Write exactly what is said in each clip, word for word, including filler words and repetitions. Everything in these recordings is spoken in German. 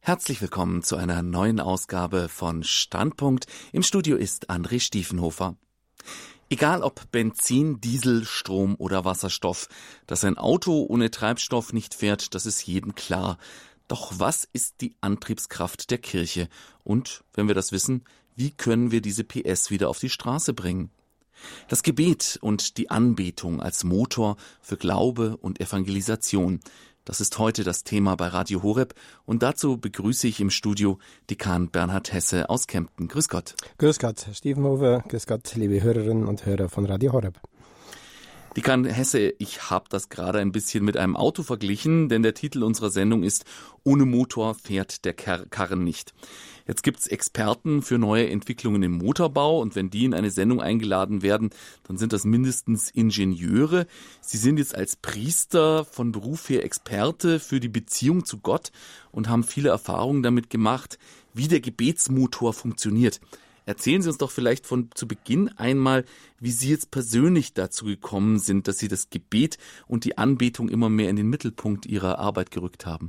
Herzlich willkommen zu einer neuen Ausgabe von Standpunkt. Im Studio ist André Stiefenhofer. Egal ob Benzin, Diesel, Strom oder Wasserstoff, dass ein Auto ohne Treibstoff nicht fährt, das ist jedem klar. Doch was ist die Antriebskraft der Kirche? Und, wenn wir das wissen, wie können wir diese P S wieder auf die Straße bringen? Das Gebet und die Anbetung als Motor für Glaube und Evangelisation. Das ist heute das Thema bei Radio Horeb und dazu begrüße ich im Studio Dekan Bernhard Hesse aus Kempten. Grüß Gott. Grüß Gott, Herr Stiefenhofer. Grüß Gott, liebe Hörerinnen und Hörer von Radio Horeb. Dekan Hesse, ich habe das gerade ein bisschen mit einem Auto verglichen, denn der Titel unserer Sendung ist "Ohne Motor fährt der Karren nicht". Jetzt gibt's Experten für neue Entwicklungen im Motorbau und wenn die in eine Sendung eingeladen werden, dann sind das mindestens Ingenieure. Sie sind jetzt als Priester von Beruf her Experte für die Beziehung zu Gott und haben viele Erfahrungen damit gemacht, wie der Gebetsmotor funktioniert. Erzählen Sie uns doch vielleicht von zu Beginn einmal, wie Sie jetzt persönlich dazu gekommen sind, dass Sie das Gebet und die Anbetung immer mehr in den Mittelpunkt Ihrer Arbeit gerückt haben.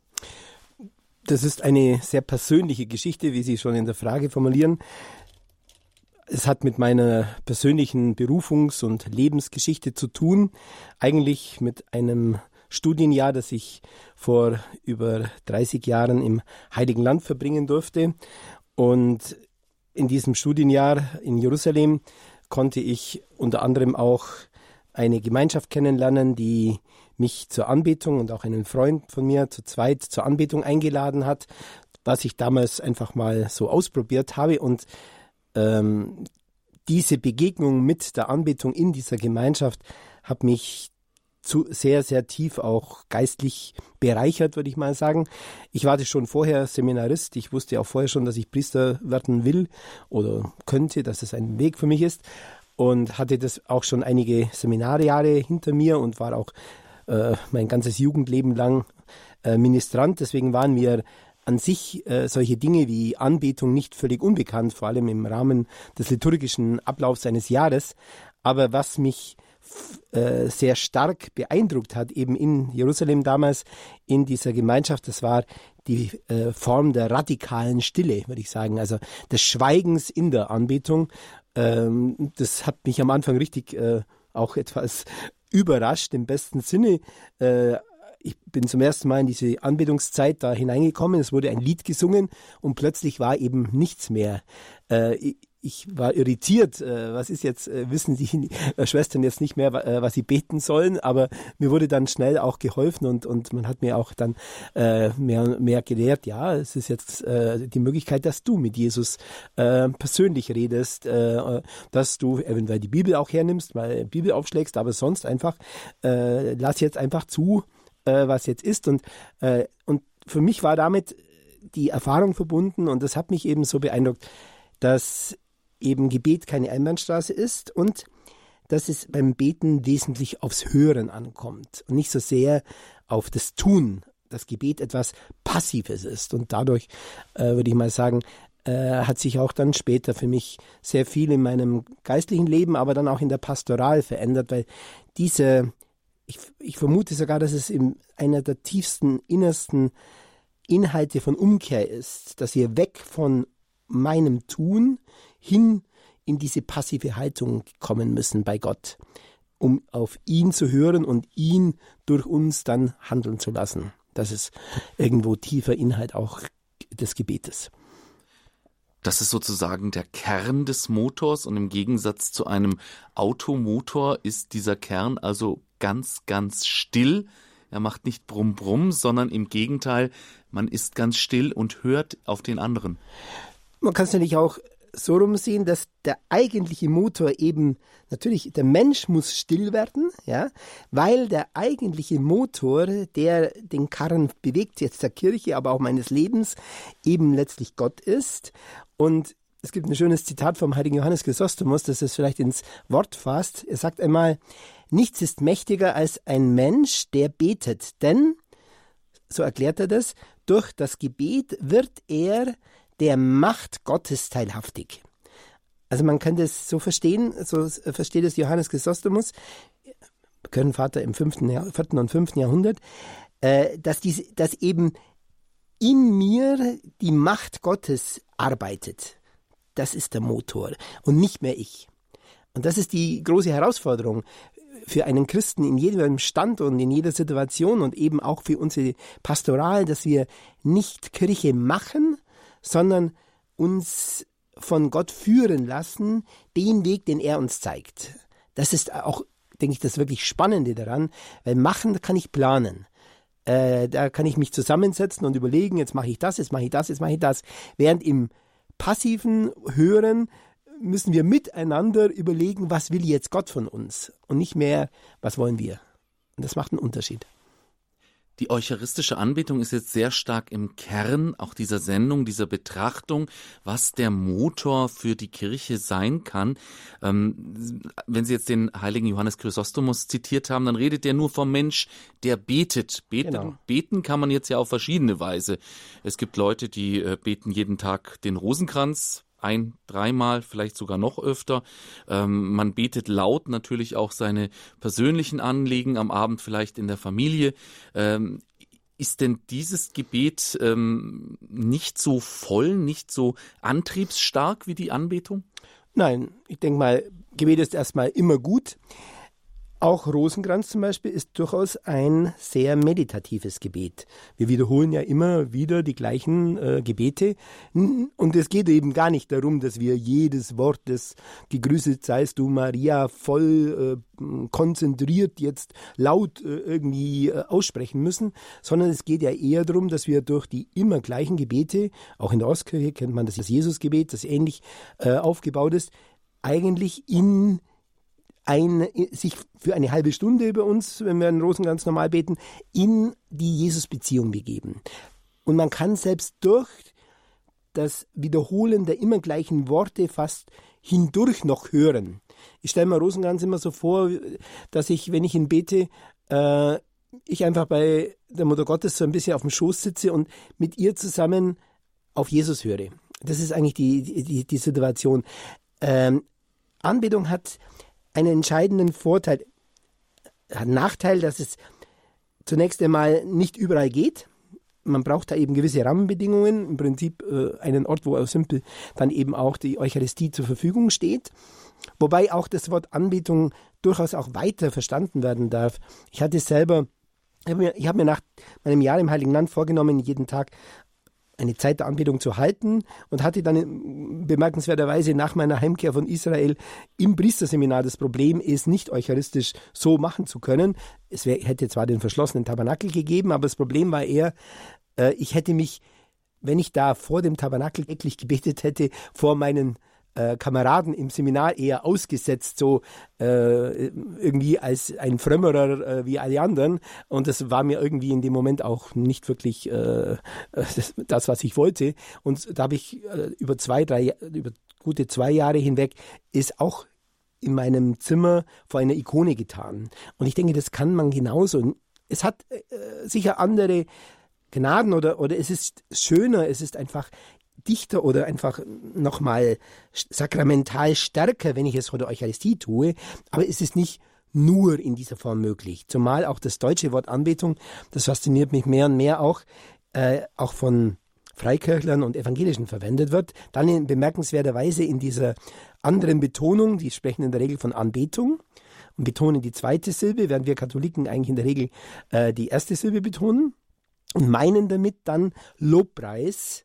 Das ist eine sehr persönliche Geschichte, wie Sie schon in der Frage formulieren. Es hat mit meiner persönlichen Berufungs- und Lebensgeschichte zu tun. Eigentlich mit einem Studienjahr, das ich vor über dreißig Jahren im Heiligen Land verbringen durfte. Und in diesem Studienjahr in Jerusalem konnte ich unter anderem auch eine Gemeinschaft kennenlernen, die mich zur Anbetung und auch einen Freund von mir zu zweit zur Anbetung eingeladen hat, was ich damals einfach mal so ausprobiert habe. Und ähm, diese Begegnung mit der Anbetung in dieser Gemeinschaft hat mich zu sehr, sehr tief auch geistlich bereichert, würde ich mal sagen. Ich war das schon vorher Seminarist. Ich wusste auch vorher schon, dass ich Priester werden will oder könnte, dass es ein Weg für mich ist. Und hatte das auch schon einige Seminarjahre hinter mir und war auch äh, mein ganzes Jugendleben lang äh, Ministrant. Deswegen waren mir an sich äh, solche Dinge wie Anbetung nicht völlig unbekannt, vor allem im Rahmen des liturgischen Ablaufs eines Jahres. Aber was mich äh, sehr stark beeindruckt hat, eben in Jerusalem damals, in dieser Gemeinschaft, das war die äh, Form der radikalen Stille, würde ich sagen, also des Schweigens in der Anbetung. Ähm, das hat mich am Anfang richtig äh, auch etwas überrascht, im besten Sinne. Äh, ich bin zum ersten Mal in diese Anbetungszeit da hineingekommen, es wurde ein Lied gesungen und plötzlich war eben nichts mehr. Äh, ich, ich war irritiert, äh, was ist jetzt, äh, wissen die äh, Schwestern jetzt nicht mehr, äh, was sie beten sollen, aber mir wurde dann schnell auch geholfen und, und man hat mir auch dann äh, mehr und mehr gelehrt, ja, es ist jetzt äh, die Möglichkeit, dass du mit Jesus äh, persönlich redest, äh, dass du eventuell die Bibel auch hernimmst, mal Bibel aufschlägst, aber sonst einfach, äh, lass jetzt einfach zu, äh, was jetzt ist und, äh, und für mich war damit die Erfahrung verbunden und das hat mich eben so beeindruckt, dass eben Gebet keine Einbahnstraße ist und dass es beim Beten wesentlich aufs Hören ankommt und nicht so sehr auf das Tun, dass Gebet etwas Passives ist. Und dadurch, äh, würde ich mal sagen, äh, hat sich auch dann später für mich sehr viel in meinem geistlichen Leben, aber dann auch in der Pastoral verändert, weil diese, ich, ich vermute sogar, dass es in einer der tiefsten, innersten Inhalte von Umkehr ist, dass wir weg von meinem Tun hin in diese passive Haltung kommen müssen bei Gott, um auf ihn zu hören und ihn durch uns dann handeln zu lassen. Das ist irgendwo tiefer Inhalt auch des Gebetes. Das ist sozusagen der Kern des Motors und im Gegensatz zu einem Automotor ist dieser Kern also ganz, ganz still. Er macht nicht Brumm, Brumm, sondern im Gegenteil, man ist ganz still und hört auf den anderen. Man kann es natürlich auch so rumsehen, dass der eigentliche Motor eben, natürlich, der Mensch muss still werden, ja, weil der eigentliche Motor, der den Karren bewegt, jetzt der Kirche, aber auch meines Lebens, eben letztlich Gott ist. Und es gibt ein schönes Zitat vom heiligen Johannes Chrysostomus, das es vielleicht ins Wort fasst. Er sagt einmal, nichts ist mächtiger als ein Mensch, der betet, denn, so erklärt er das, durch das Gebet wird er der Macht Gottes teilhaftig. Also man kann das so verstehen, so versteht es Johannes Chrysostomus, Kirchenvater im fünften, vierten und fünften Jahrhundert, äh, dass, diese, dass eben in mir die Macht Gottes arbeitet. Das ist der Motor und nicht mehr ich. Und das ist die große Herausforderung für einen Christen in jedem Stand und in jeder Situation und eben auch für unsere Pastoral, dass wir nicht Kirche machen, sondern uns von Gott führen lassen, den Weg, den er uns zeigt. Das ist auch, denke ich, das wirklich Spannende daran, weil machen kann ich planen. Äh, da kann ich mich zusammensetzen und überlegen, jetzt mache ich das, jetzt mache ich das, jetzt mache ich das. Während im passiven Hören müssen wir miteinander überlegen, was will jetzt Gott von uns und nicht mehr, was wollen wir. Und das macht einen Unterschied. Die eucharistische Anbetung ist jetzt sehr stark im Kern auch dieser Sendung, dieser Betrachtung, was der Motor für die Kirche sein kann. Ähm, wenn Sie jetzt den heiligen Johannes Chrysostomus zitiert haben, dann redet er nur vom Mensch, der betet. Beten, genau. Beten kann man jetzt ja auf verschiedene Weise. Es gibt Leute, die äh, beten jeden Tag den Rosenkranz, ein, dreimal, vielleicht sogar noch öfter. Ähm, man betet laut natürlich auch seine persönlichen Anliegen, am Abend vielleicht in der Familie. Ähm, ist denn dieses Gebet ähm, nicht so voll, nicht so antriebsstark wie die Anbetung? Nein, ich denke mal, Gebet ist erstmal immer gut. Auch Rosenkranz zum Beispiel ist durchaus ein sehr meditatives Gebet. Wir wiederholen ja immer wieder die gleichen äh, Gebete. Und es geht eben gar nicht darum, dass wir jedes Wort des Gegrüßet seist du Maria voll äh, konzentriert jetzt laut äh, irgendwie äh, aussprechen müssen, sondern es geht ja eher darum, dass wir durch die immer gleichen Gebete, auch in der Ostkirche kennt man das Jesusgebet, das ähnlich äh, aufgebaut ist, eigentlich in Ein, sich für eine halbe Stunde über uns, wenn wir einen Rosenkranz normal beten, in die Jesus-Beziehung begeben. Und man kann selbst durch das Wiederholen der immer gleichen Worte fast hindurch noch hören. Ich stelle mir Rosenkranz immer so vor, dass ich, wenn ich ihn bete, äh, ich einfach bei der Mutter Gottes so ein bisschen auf dem Schoß sitze und mit ihr zusammen auf Jesus höre. Das ist eigentlich die, die, die Situation. Ähm, Anbetung hat einen entscheidenden Vorteil, einen Nachteil, dass es zunächst einmal nicht überall geht. Man braucht da eben gewisse Rahmenbedingungen, im Prinzip äh, einen Ort, wo aus Simpel dann eben auch die Eucharistie zur Verfügung steht. Wobei auch das Wort Anbetung durchaus auch weiter verstanden werden darf. Ich hatte selber, ich habe mir, ich habe mir nach meinem Jahr im Heiligen Land vorgenommen, jeden Tag eine Zeit der Anbetung zu halten und hatte dann bemerkenswerterweise nach meiner Heimkehr von Israel im Priesterseminar das Problem, es nicht eucharistisch so machen zu können. Es wär, hätte zwar den verschlossenen Tabernakel gegeben, aber das Problem war eher, äh, ich hätte mich, wenn ich da vor dem Tabernakel täglich gebetet hätte, vor meinen äh, Kameraden im Seminar eher ausgesetzt, so äh, irgendwie als ein Frömmerer äh, wie alle anderen. Und das war mir irgendwie in dem Moment auch nicht wirklich äh, das, das, was ich wollte. Und da habe ich äh, über zwei, drei, über gute zwei Jahre hinweg ist auch in meinem Zimmer vor einer Ikone getan. Und ich denke, das kann man genauso. Es hat äh, sicher andere Gnaden oder, oder es ist schöner, es ist einfach dichter oder einfach nochmal sakramental stärker, wenn ich es vor der Eucharistie tue, aber es ist nicht nur in dieser Form möglich. Zumal auch das deutsche Wort Anbetung, das fasziniert mich mehr und mehr auch, äh, auch von Freikirchlern und Evangelischen verwendet wird, dann in bemerkenswerter Weise in dieser anderen Betonung, die sprechen in der Regel von Anbetung und betonen die zweite Silbe, während wir Katholiken eigentlich in der Regel äh, die erste Silbe betonen und meinen damit dann Lobpreis,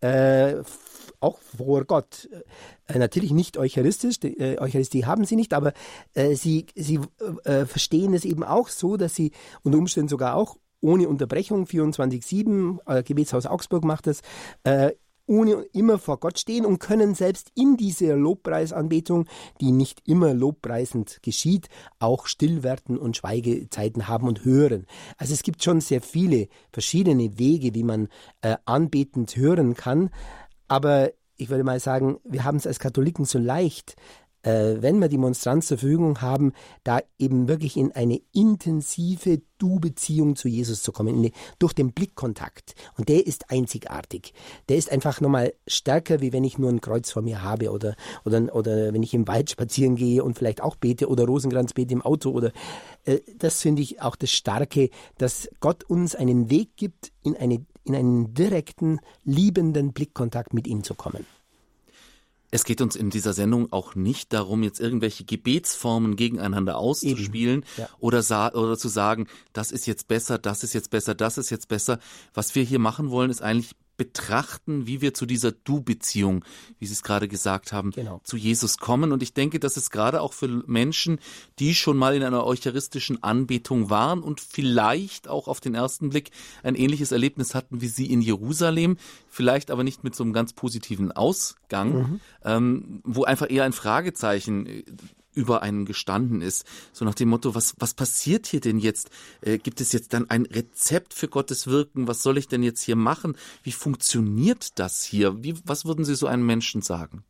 Äh, auch vor Gott. Äh, natürlich nicht eucharistisch, die, äh, Eucharistie haben sie nicht, aber äh, sie, sie äh, verstehen es eben auch so, dass sie unter Umständen sogar auch ohne Unterbrechung vierundzwanzig sieben, äh, Gebetshaus Augsburg macht das, äh, ohne immer vor Gott stehen und können selbst in dieser Lobpreisanbetung, die nicht immer lobpreisend geschieht, auch still werden und Schweigezeiten haben und hören. Also es gibt schon sehr viele verschiedene Wege, wie man äh, anbetend hören kann. Aber ich würde mal sagen, wir haben es als Katholiken so leicht, äh, wenn wir die Monstranz zur Verfügung haben, da eben wirklich in eine intensive Du-Beziehung zu Jesus zu kommen, eine, durch den Blickkontakt. Und der ist einzigartig. Der ist einfach nochmal stärker, wie wenn ich nur ein Kreuz vor mir habe oder, oder, oder wenn ich im Wald spazieren gehe und vielleicht auch bete oder Rosenkranz bete im Auto. Oder äh, das finde ich auch das Starke, dass Gott uns einen Weg gibt in eine in einen direkten, liebenden Blickkontakt mit ihm zu kommen. Es geht uns in dieser Sendung auch nicht darum, jetzt irgendwelche Gebetsformen gegeneinander auszuspielen ja. oder, sa- oder zu sagen, das ist jetzt besser, das ist jetzt besser, das ist jetzt besser. Was wir hier machen wollen, ist eigentlich betrachten, wie wir zu dieser Du-Beziehung, wie Sie es gerade gesagt haben, genau. zu Jesus kommen. Und ich denke, dass es gerade auch für Menschen, die schon mal in einer eucharistischen Anbetung waren und vielleicht auch auf den ersten Blick ein ähnliches Erlebnis hatten wie Sie in Jerusalem, vielleicht aber nicht mit so einem ganz positiven Ausgang, mhm. ähm, wo einfach eher ein Fragezeichen über einen gestanden ist. So nach dem Motto, was, was passiert hier denn jetzt? Äh, gibt es jetzt dann ein Rezept für Gottes Wirken? Was soll ich denn jetzt hier machen? Wie funktioniert das hier? Wie, was würden Sie so einem Menschen sagen?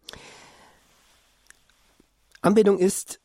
Anbetung ist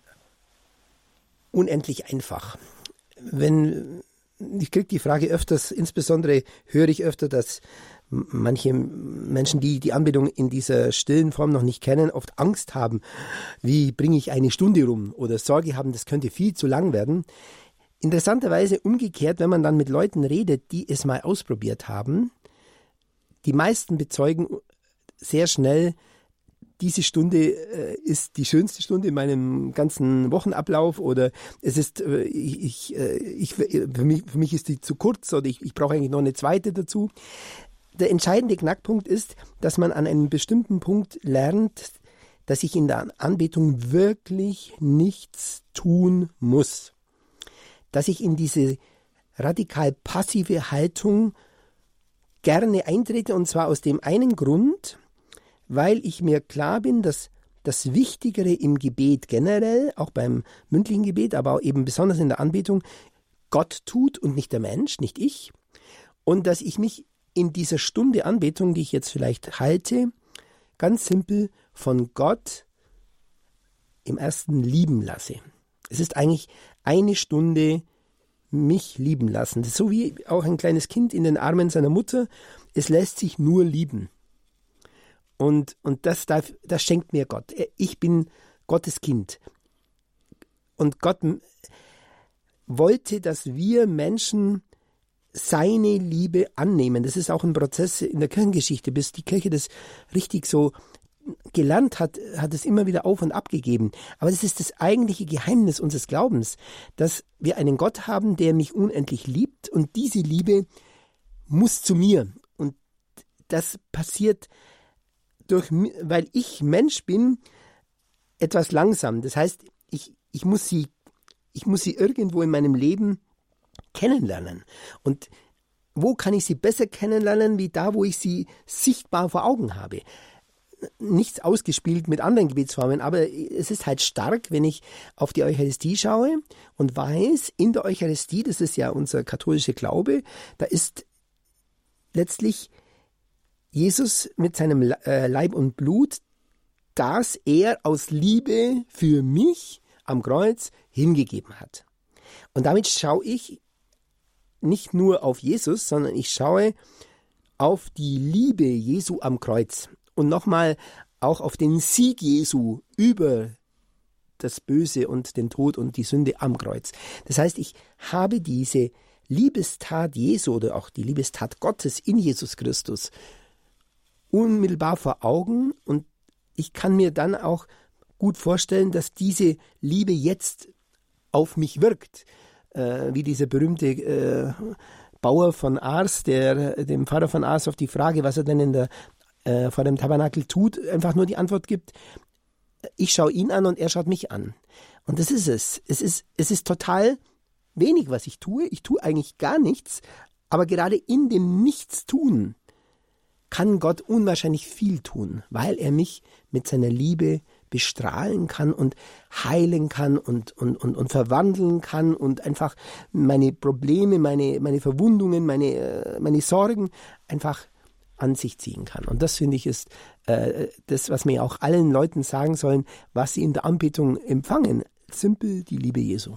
unendlich einfach. Wenn ich kriege die Frage öfters, insbesondere höre ich öfter, dass manche Menschen, die die Anbetung in dieser stillen Form noch nicht kennen, oft Angst haben, wie bringe ich eine Stunde rum oder Sorge haben, das könnte viel zu lang werden. Interessanterweise umgekehrt, wenn man dann mit Leuten redet, die es mal ausprobiert haben, die meisten bezeugen sehr schnell, diese Stunde äh, ist die schönste Stunde in meinem ganzen Wochenablauf oder es ist, äh, ich, äh, ich, für, mich, für mich ist die zu kurz oder ich, ich brauche eigentlich noch eine zweite dazu. Der entscheidende Knackpunkt ist, dass man an einem bestimmten Punkt lernt, dass ich in der Anbetung wirklich nichts tun muss. Dass ich in diese radikal passive Haltung gerne eintrete und zwar aus dem einen Grund, weil ich mir klar bin, dass das Wichtigere im Gebet generell, auch beim mündlichen Gebet, aber auch eben besonders in der Anbetung, Gott tut und nicht der Mensch, nicht ich. Und dass ich mich in dieser Stunde Anbetung, die ich jetzt vielleicht halte, ganz simpel von Gott im ersten lieben lasse. Es ist eigentlich eine Stunde mich lieben lassen. Das ist so wie auch ein kleines Kind in den Armen seiner Mutter. Es lässt sich nur lieben. Und, und das, darf, das schenkt mir Gott. Ich bin Gottes Kind. Und Gott wollte, dass wir Menschen seine Liebe annehmen. Das ist auch ein Prozess in der Kirchengeschichte. Bis die Kirche das richtig so gelernt hat, hat es immer wieder auf und ab gegeben. Aber das ist das eigentliche Geheimnis unseres Glaubens, dass wir einen Gott haben, der mich unendlich liebt und diese Liebe muss zu mir. Und das passiert durch, weil ich Mensch bin, etwas langsam. Das heißt, ich, ich muss sie, ich muss sie irgendwo in meinem Leben kennenlernen. Und wo kann ich sie besser kennenlernen, wie da, wo ich sie sichtbar vor Augen habe? Nichts ausgespielt mit anderen Gebetsformen, aber es ist halt stark, wenn ich auf die Eucharistie schaue und weiß, in der Eucharistie, das ist ja unser katholischer Glaube, da ist letztlich Jesus mit seinem Leib und Blut, das er aus Liebe für mich am Kreuz hingegeben hat. Und damit schaue ich nicht nur auf Jesus, sondern ich schaue auf die Liebe Jesu am Kreuz. Und nochmal auch auf den Sieg Jesu über das Böse und den Tod und die Sünde am Kreuz. Das heißt, ich habe diese Liebestat Jesu oder auch die Liebestat Gottes in Jesus Christus unmittelbar vor Augen und ich kann mir dann auch gut vorstellen, dass diese Liebe jetzt auf mich wirkt. Äh, wie dieser berühmte äh, Bauer von Ars, der dem Pfarrer von Ars auf die Frage, was er denn in der äh, vor dem Tabernakel tut, einfach nur die Antwort gibt, ich schaue ihn an und er schaut mich an. Und das ist es. Es ist, es ist total wenig, was ich tue. Ich tue eigentlich gar nichts, aber gerade in dem Nichtstun kann Gott unwahrscheinlich viel tun, weil er mich mit seiner Liebe bestrahlen kann und heilen kann und, und, und, und verwandeln kann und einfach meine Probleme, meine, meine Verwundungen, meine, meine Sorgen einfach an sich ziehen kann. Und das, finde ich, ist äh, das, was wir auch allen Leuten sagen sollen, was sie in der Anbetung empfangen. Simpel die Liebe Jesu.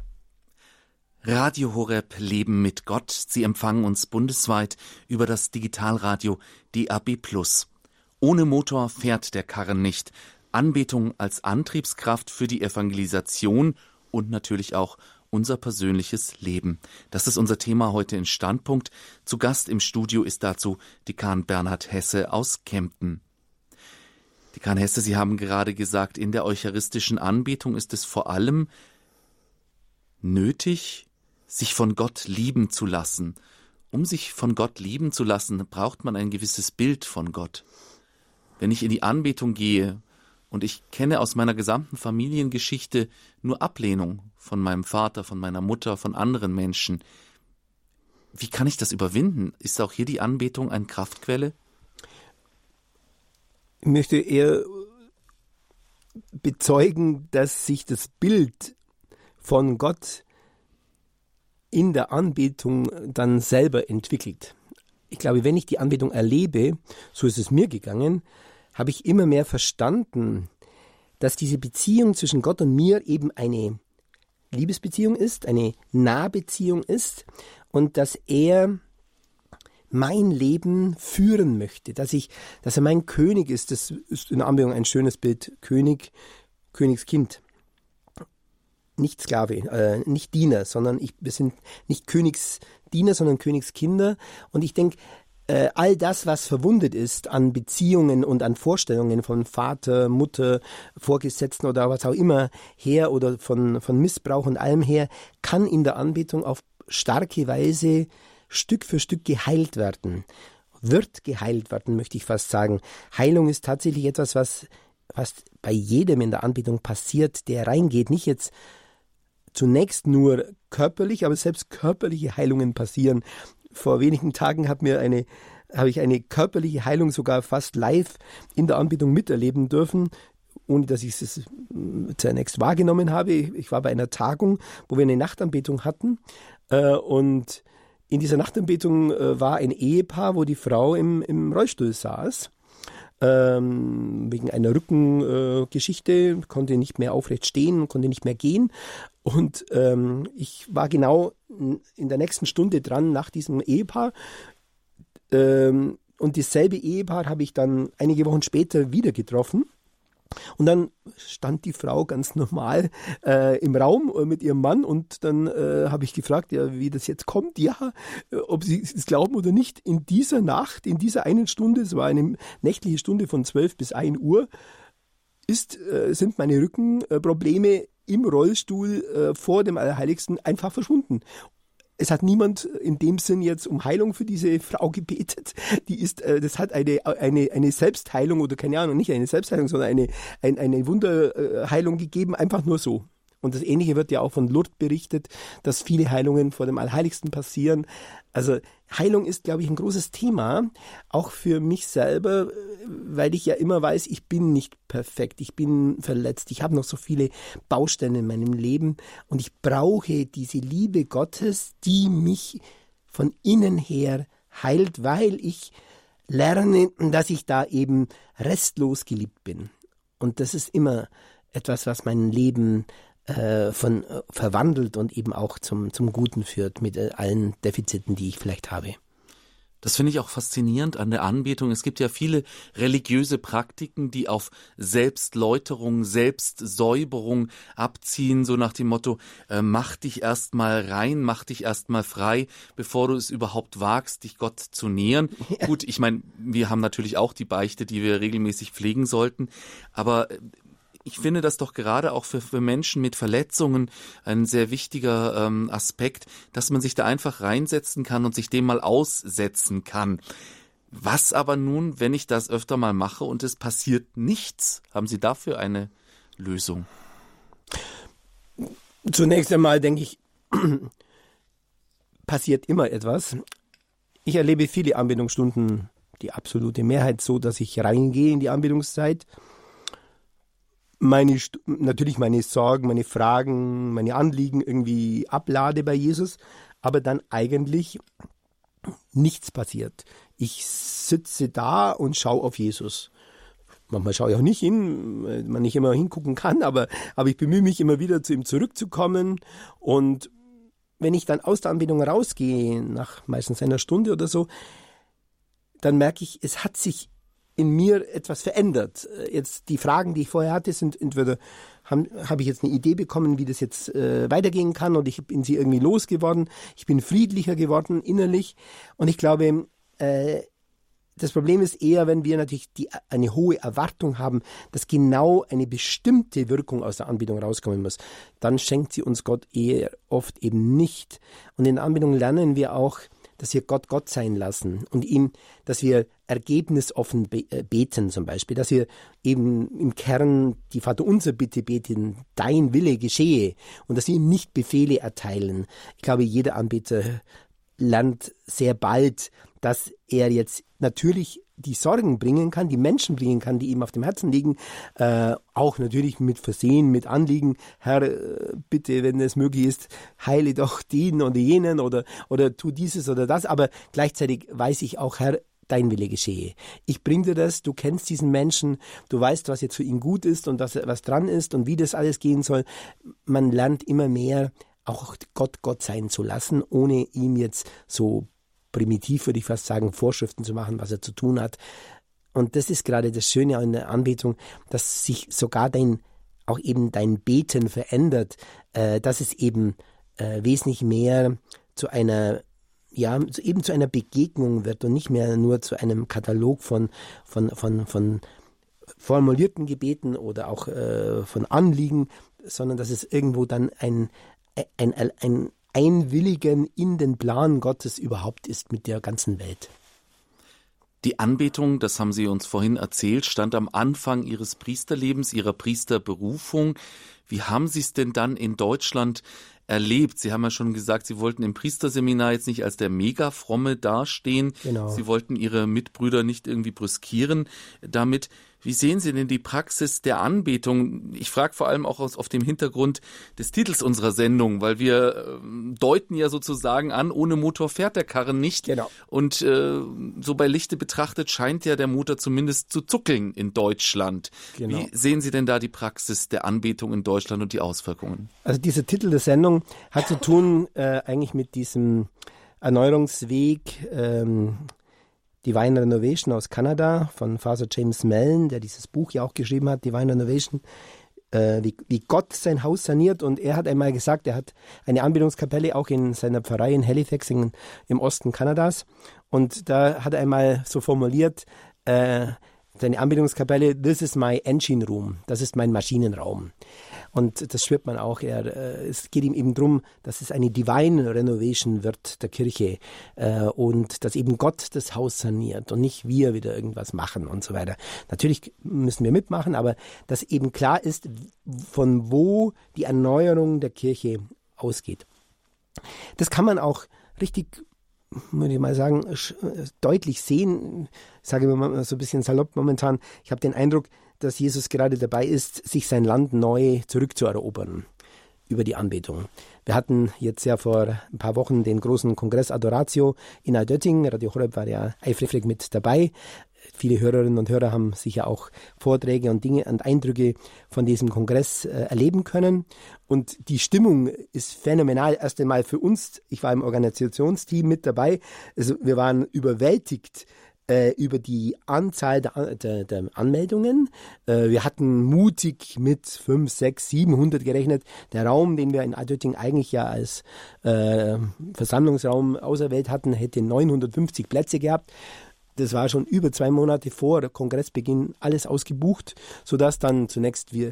Radio Horeb Leben mit Gott. Sie empfangen uns bundesweit über das Digitalradio D A B plus. Ohne Motor fährt der Karren nicht. Anbetung als Antriebskraft für die Evangelisation und natürlich auch unser persönliches Leben. Das ist unser Thema heute in Standpunkt. Zu Gast im Studio ist dazu Dekan Bernhard Hesse aus Kempten. Dekan Hesse, Sie haben gerade gesagt, in der eucharistischen Anbetung ist es vor allem nötig, sich von Gott lieben zu lassen. Um sich von Gott lieben zu lassen, braucht man ein gewisses Bild von Gott. Wenn ich in die Anbetung gehe und ich kenne aus meiner gesamten Familiengeschichte nur Ablehnung von meinem Vater, von meiner Mutter, von anderen Menschen, wie kann ich das überwinden? Ist auch hier die Anbetung eine Kraftquelle? Ich möchte eher bezeugen, dass sich das Bild von Gott in der Anbetung dann selber entwickelt. Ich glaube, wenn ich die Anbetung erlebe, so ist es mir gegangen, habe ich immer mehr verstanden, dass diese Beziehung zwischen Gott und mir eben eine Liebesbeziehung ist, eine Nahbeziehung ist und dass er mein Leben führen möchte, dass ich, dass er mein König ist. Das ist in der Anbetung ein schönes Bild. König, Königskind. Nicht Sklave, äh, nicht Diener, sondern ich, wir sind nicht Königsdiener, sondern Königskinder. Und ich denke, äh, all das, was verwundet ist an Beziehungen und an Vorstellungen von Vater, Mutter, Vorgesetzten oder was auch immer her oder von, von Missbrauch und allem her, kann in der Anbetung auf starke Weise Stück für Stück geheilt werden. Wird geheilt werden, möchte ich fast sagen. Heilung ist tatsächlich etwas, was, was bei jedem in der Anbetung passiert, der reingeht. Nicht jetzt zunächst nur körperlich, aber selbst körperliche Heilungen passieren. Vor wenigen Tagen hat mir eine, habe ich eine körperliche Heilung sogar fast live in der Anbetung miterleben dürfen, ohne dass ich es zunächst wahrgenommen habe. Ich war bei einer Tagung, wo wir eine Nachtanbetung hatten, und in dieser Nachtanbetung war ein Ehepaar, wo die Frau im, im Rollstuhl saß. Ähm, wegen einer Rückengeschichte, äh, konnte nicht mehr aufrecht stehen, konnte nicht mehr gehen. Und ähm, ich war genau in der nächsten Stunde dran nach diesem Ehepaar. Ähm, und dasselbe Ehepaar habe ich dann einige Wochen später wieder getroffen. Und dann stand die Frau ganz normal äh, im Raum äh, mit ihrem Mann und dann äh, habe ich gefragt, ja, wie das jetzt kommt, ja, äh, ob sie es glauben oder nicht. In dieser Nacht, in dieser einen Stunde, es war eine nächtliche Stunde von zwölf bis ein Uhr, ist, äh, sind meine Rückenprobleme im Rollstuhl äh, vor dem Allerheiligsten einfach verschwunden. Es hat niemand in dem Sinn jetzt um Heilung für diese Frau gebetet. Die ist, äh, das hat eine, eine, eine Selbstheilung oder keine Ahnung, nicht eine Selbstheilung, sondern eine, eine, eine Wunderheilung gegeben, einfach nur so. Und das Ähnliche wird ja auch von Lourdes berichtet, dass viele Heilungen vor dem Allerheiligsten passieren. Also Heilung ist, glaube ich, ein großes Thema, auch für mich selber, weil ich ja immer weiß, ich bin nicht perfekt, ich bin verletzt, ich habe noch so viele Baustellen in meinem Leben und ich brauche diese Liebe Gottes, die mich von innen her heilt, weil ich lerne, dass ich da eben restlos geliebt bin. Und das ist immer etwas, was mein Leben von äh, verwandelt und eben auch zum, zum Guten führt mit äh, allen Defiziten, die ich vielleicht habe. Das finde ich auch faszinierend an der Anbetung. Es gibt ja viele religiöse Praktiken, die auf Selbstläuterung, Selbstsäuberung abziehen, so nach dem Motto, äh, mach dich erstmal rein, mach dich erstmal frei, bevor du es überhaupt wagst, dich Gott zu nähern. Ja. Gut, ich meine, wir haben natürlich auch die Beichte, die wir regelmäßig pflegen sollten, aber ich finde das doch gerade auch für, für Menschen mit Verletzungen ein sehr wichtiger ähm, Aspekt, dass man sich da einfach reinsetzen kann und sich dem mal aussetzen kann. Was aber nun, wenn ich das öfter mal mache und es passiert nichts? Haben Sie dafür eine Lösung? Zunächst einmal denke ich, passiert immer etwas. Ich erlebe viele Anbetungsstunden, die absolute Mehrheit so, dass ich reingehe in die Anbetungszeit. Meine, natürlich meine Sorgen, meine Fragen, meine Anliegen irgendwie ablade bei Jesus, aber dann eigentlich nichts passiert. Ich sitze da und schaue auf Jesus. Manchmal schaue ich auch nicht hin, weil man nicht immer hingucken kann, aber, aber ich bemühe mich immer wieder, zu ihm zurückzukommen. Und wenn ich dann aus der Anbetung rausgehe, nach meistens einer Stunde oder so, dann merke ich, es hat sich in mir etwas verändert. Jetzt die Fragen, die ich vorher hatte, sind entweder habe hab ich jetzt eine Idee bekommen, wie das jetzt äh, weitergehen kann, und ich bin sie irgendwie losgeworden. Ich bin friedlicher geworden innerlich, und ich glaube, äh, das Problem ist eher, wenn wir natürlich die, eine hohe Erwartung haben, dass genau eine bestimmte Wirkung aus der Anbetung rauskommen muss. Dann schenkt sie uns Gott eher oft eben nicht. Und in der Anbetung lernen wir auch, dass wir Gott Gott sein lassen und ihm, dass wir ergebnisoffen beten zum Beispiel, dass wir eben im Kern die Vaterunser Bitte beten, dein Wille geschehe, und dass wir ihm nicht Befehle erteilen. Ich glaube, jeder Anbeter lernt sehr bald, dass er jetzt natürlich die Sorgen bringen kann, die Menschen bringen kann, die ihm auf dem Herzen liegen, äh, auch natürlich mit Versehen, mit Anliegen. Herr, äh, bitte, wenn es möglich ist, heile doch den oder jenen oder, oder tu dieses oder das, aber gleichzeitig weiß ich auch, Herr, dein Wille geschehe. Ich bring dir das, du kennst diesen Menschen, du weißt, was jetzt für ihn gut ist und was, was dran ist und wie das alles gehen soll. Man lernt immer mehr, auch Gott Gott sein zu lassen, ohne ihm jetzt so primitiv, würde ich fast sagen, Vorschriften zu machen, was er zu tun hat. Und das ist gerade das Schöne an der Anbetung, dass sich sogar dein, auch eben dein Beten verändert, äh, dass es eben äh, wesentlich mehr zu einer, ja, eben zu einer Begegnung wird und nicht mehr nur zu einem Katalog von, von, von, von formulierten Gebeten oder auch äh, von Anliegen, sondern dass es irgendwo dann ein, ein, ein, ein Einwilligen in den Plan Gottes überhaupt ist mit der ganzen Welt. Die Anbetung, das haben Sie uns vorhin erzählt, stand am Anfang Ihres Priesterlebens, Ihrer Priesterberufung. Wie haben Sie es denn dann in Deutschland erlebt? Sie haben ja schon gesagt, Sie wollten im Priesterseminar jetzt nicht als der Mega-Fromme dastehen. Genau. Sie wollten Ihre Mitbrüder nicht irgendwie brüskieren damit. Wie sehen Sie denn die Praxis der Anbetung? Ich frage vor allem auch aus, auf dem Hintergrund des Titels unserer Sendung, weil wir äh, deuten ja sozusagen an, ohne Motor fährt der Karren nicht. Genau. Und äh, so bei Lichte betrachtet scheint ja der Motor zumindest zu zuckeln in Deutschland. Genau. Wie sehen Sie denn da die Praxis der Anbetung in Deutschland und die Auswirkungen? Also dieser Titel der Sendung hat zu tun äh, eigentlich mit diesem Erneuerungsweg, ähm, Divine Renovation aus Kanada von Father James Mellon, der dieses Buch ja auch geschrieben hat, Divine Renovation, äh, wie, wie Gott sein Haus saniert. Und er hat einmal gesagt, er hat eine Anbetungskapelle auch in seiner Pfarrei in Halifax in, im Osten Kanadas. Und da hat er einmal so formuliert, äh, seine Anbetungskapelle, this is my engine room, das ist mein Maschinenraum. Und das spürt man auch. Er, äh, es geht ihm eben darum, dass es eine Divine Renovation wird der Kirche äh, und dass eben Gott das Haus saniert und nicht wir wieder irgendwas machen und so weiter. Natürlich müssen wir mitmachen, aber dass eben klar ist, von wo die Erneuerung der Kirche ausgeht. Das kann man auch richtig, würde ich mal sagen, deutlich sehen. Ich sage immer so ein bisschen salopp momentan. Ich habe den Eindruck, dass Jesus gerade dabei ist, sich sein Land neu zurückzuerobern über die Anbetung. Wir hatten jetzt ja vor ein paar Wochen den großen Kongress Adoratio in Altötting. Radio Horeb war ja eifrig mit dabei. Viele Hörerinnen und Hörer haben sicher auch Vorträge und Dinge und Eindrücke von diesem Kongress äh, erleben können. Und die Stimmung ist phänomenal. Erst einmal für uns, ich war im Organisationsteam mit dabei, also wir waren überwältigt äh, über die Anzahl der, der, der Anmeldungen. Äh, wir hatten mutig mit fünf, sechs, siebenhundert gerechnet. Der Raum, den wir in Altötting eigentlich ja als äh, Versammlungsraum auserwählt hatten, hätte neunhundertfünfzig Plätze gehabt. Das war schon über zwei Monate vor Kongressbeginn alles ausgebucht, sodass dann zunächst wir,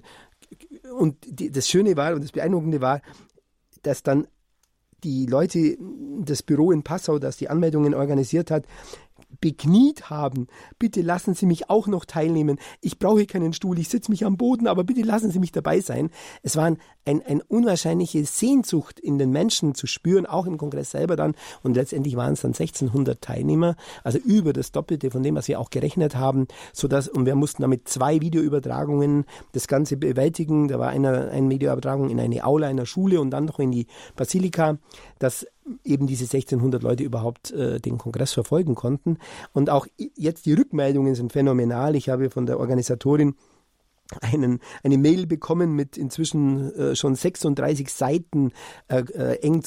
und die, das Schöne war und das Beeindruckende war, dass dann die Leute, das Büro in Passau, das die Anmeldungen organisiert hat, bekniet haben. Bitte lassen Sie mich auch noch teilnehmen. Ich brauche keinen Stuhl, ich sitze mich am Boden, aber bitte lassen Sie mich dabei sein. Es war ein, ein unwahrscheinliche Sehnsucht in den Menschen zu spüren, auch im Kongress selber dann. Und letztendlich waren es dann sechzehnhundert Teilnehmer, also über das Doppelte von dem, was wir auch gerechnet haben. Sodass, und wir mussten damit zwei Videoübertragungen das Ganze bewältigen. Da war eine, eine Videoübertragung in eine Aula einer Schule und dann noch in die Basilika, dass eben diese sechzehnhundert Leute überhaupt äh, den Kongress verfolgen konnten. Und auch jetzt die Rückmeldungen sind phänomenal. Ich habe von der Organisatorin einen, eine Mail bekommen mit inzwischen äh, schon sechsunddreißig Seiten äh, äh, eng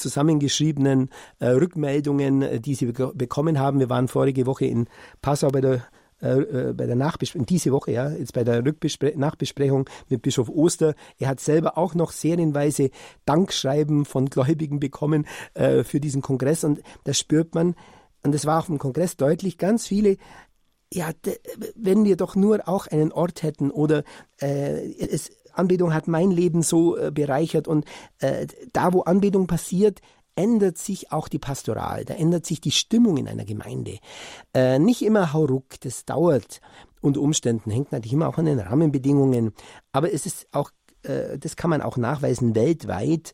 zusammengeschriebenen äh, Rückmeldungen, äh, die sie be- bekommen haben. Wir waren vorige Woche in Passau bei der äh, bei der Nachbesprechung, diese Woche, ja, jetzt bei der Rückbespre- Nachbesprechung mit Bischof Oster. Er hat selber auch noch serienweise Dankschreiben von Gläubigen bekommen äh, für diesen Kongress und da spürt man, und das war auf dem Kongress deutlich, ganz viele, ja, d- wenn wir doch nur auch einen Ort hätten oder äh, es, Anbetung hat mein Leben so äh, bereichert und äh, da, wo Anbetung passiert, ändert sich auch die Pastoral, da ändert sich die Stimmung in einer Gemeinde. Äh, nicht immer hauruck, das dauert unter Umständen, hängt natürlich immer auch an den Rahmenbedingungen, aber es ist auch, äh, das kann man auch nachweisen, weltweit,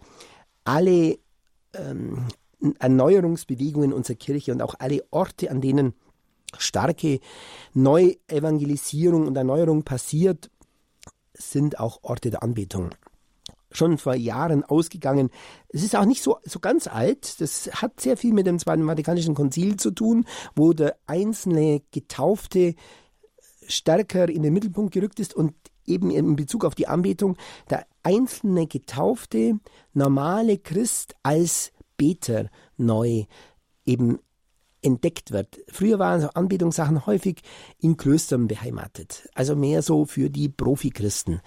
alle ähm, Erneuerungsbewegungen unserer Kirche und auch alle Orte, an denen starke Neuevangelisierung und Erneuerung passiert, sind auch Orte der Anbetung. Schon vor Jahren ausgegangen. Es ist auch nicht so, so ganz alt. Das hat sehr viel mit dem Zweiten Vatikanischen Konzil zu tun, wo der einzelne Getaufte stärker in den Mittelpunkt gerückt ist und eben in Bezug auf die Anbetung der einzelne Getaufte, normale Christ als Beter neu eben entdeckt wird. Früher waren so Anbetungssachen häufig in Klöstern beheimatet, also mehr so für die Profi-Christen,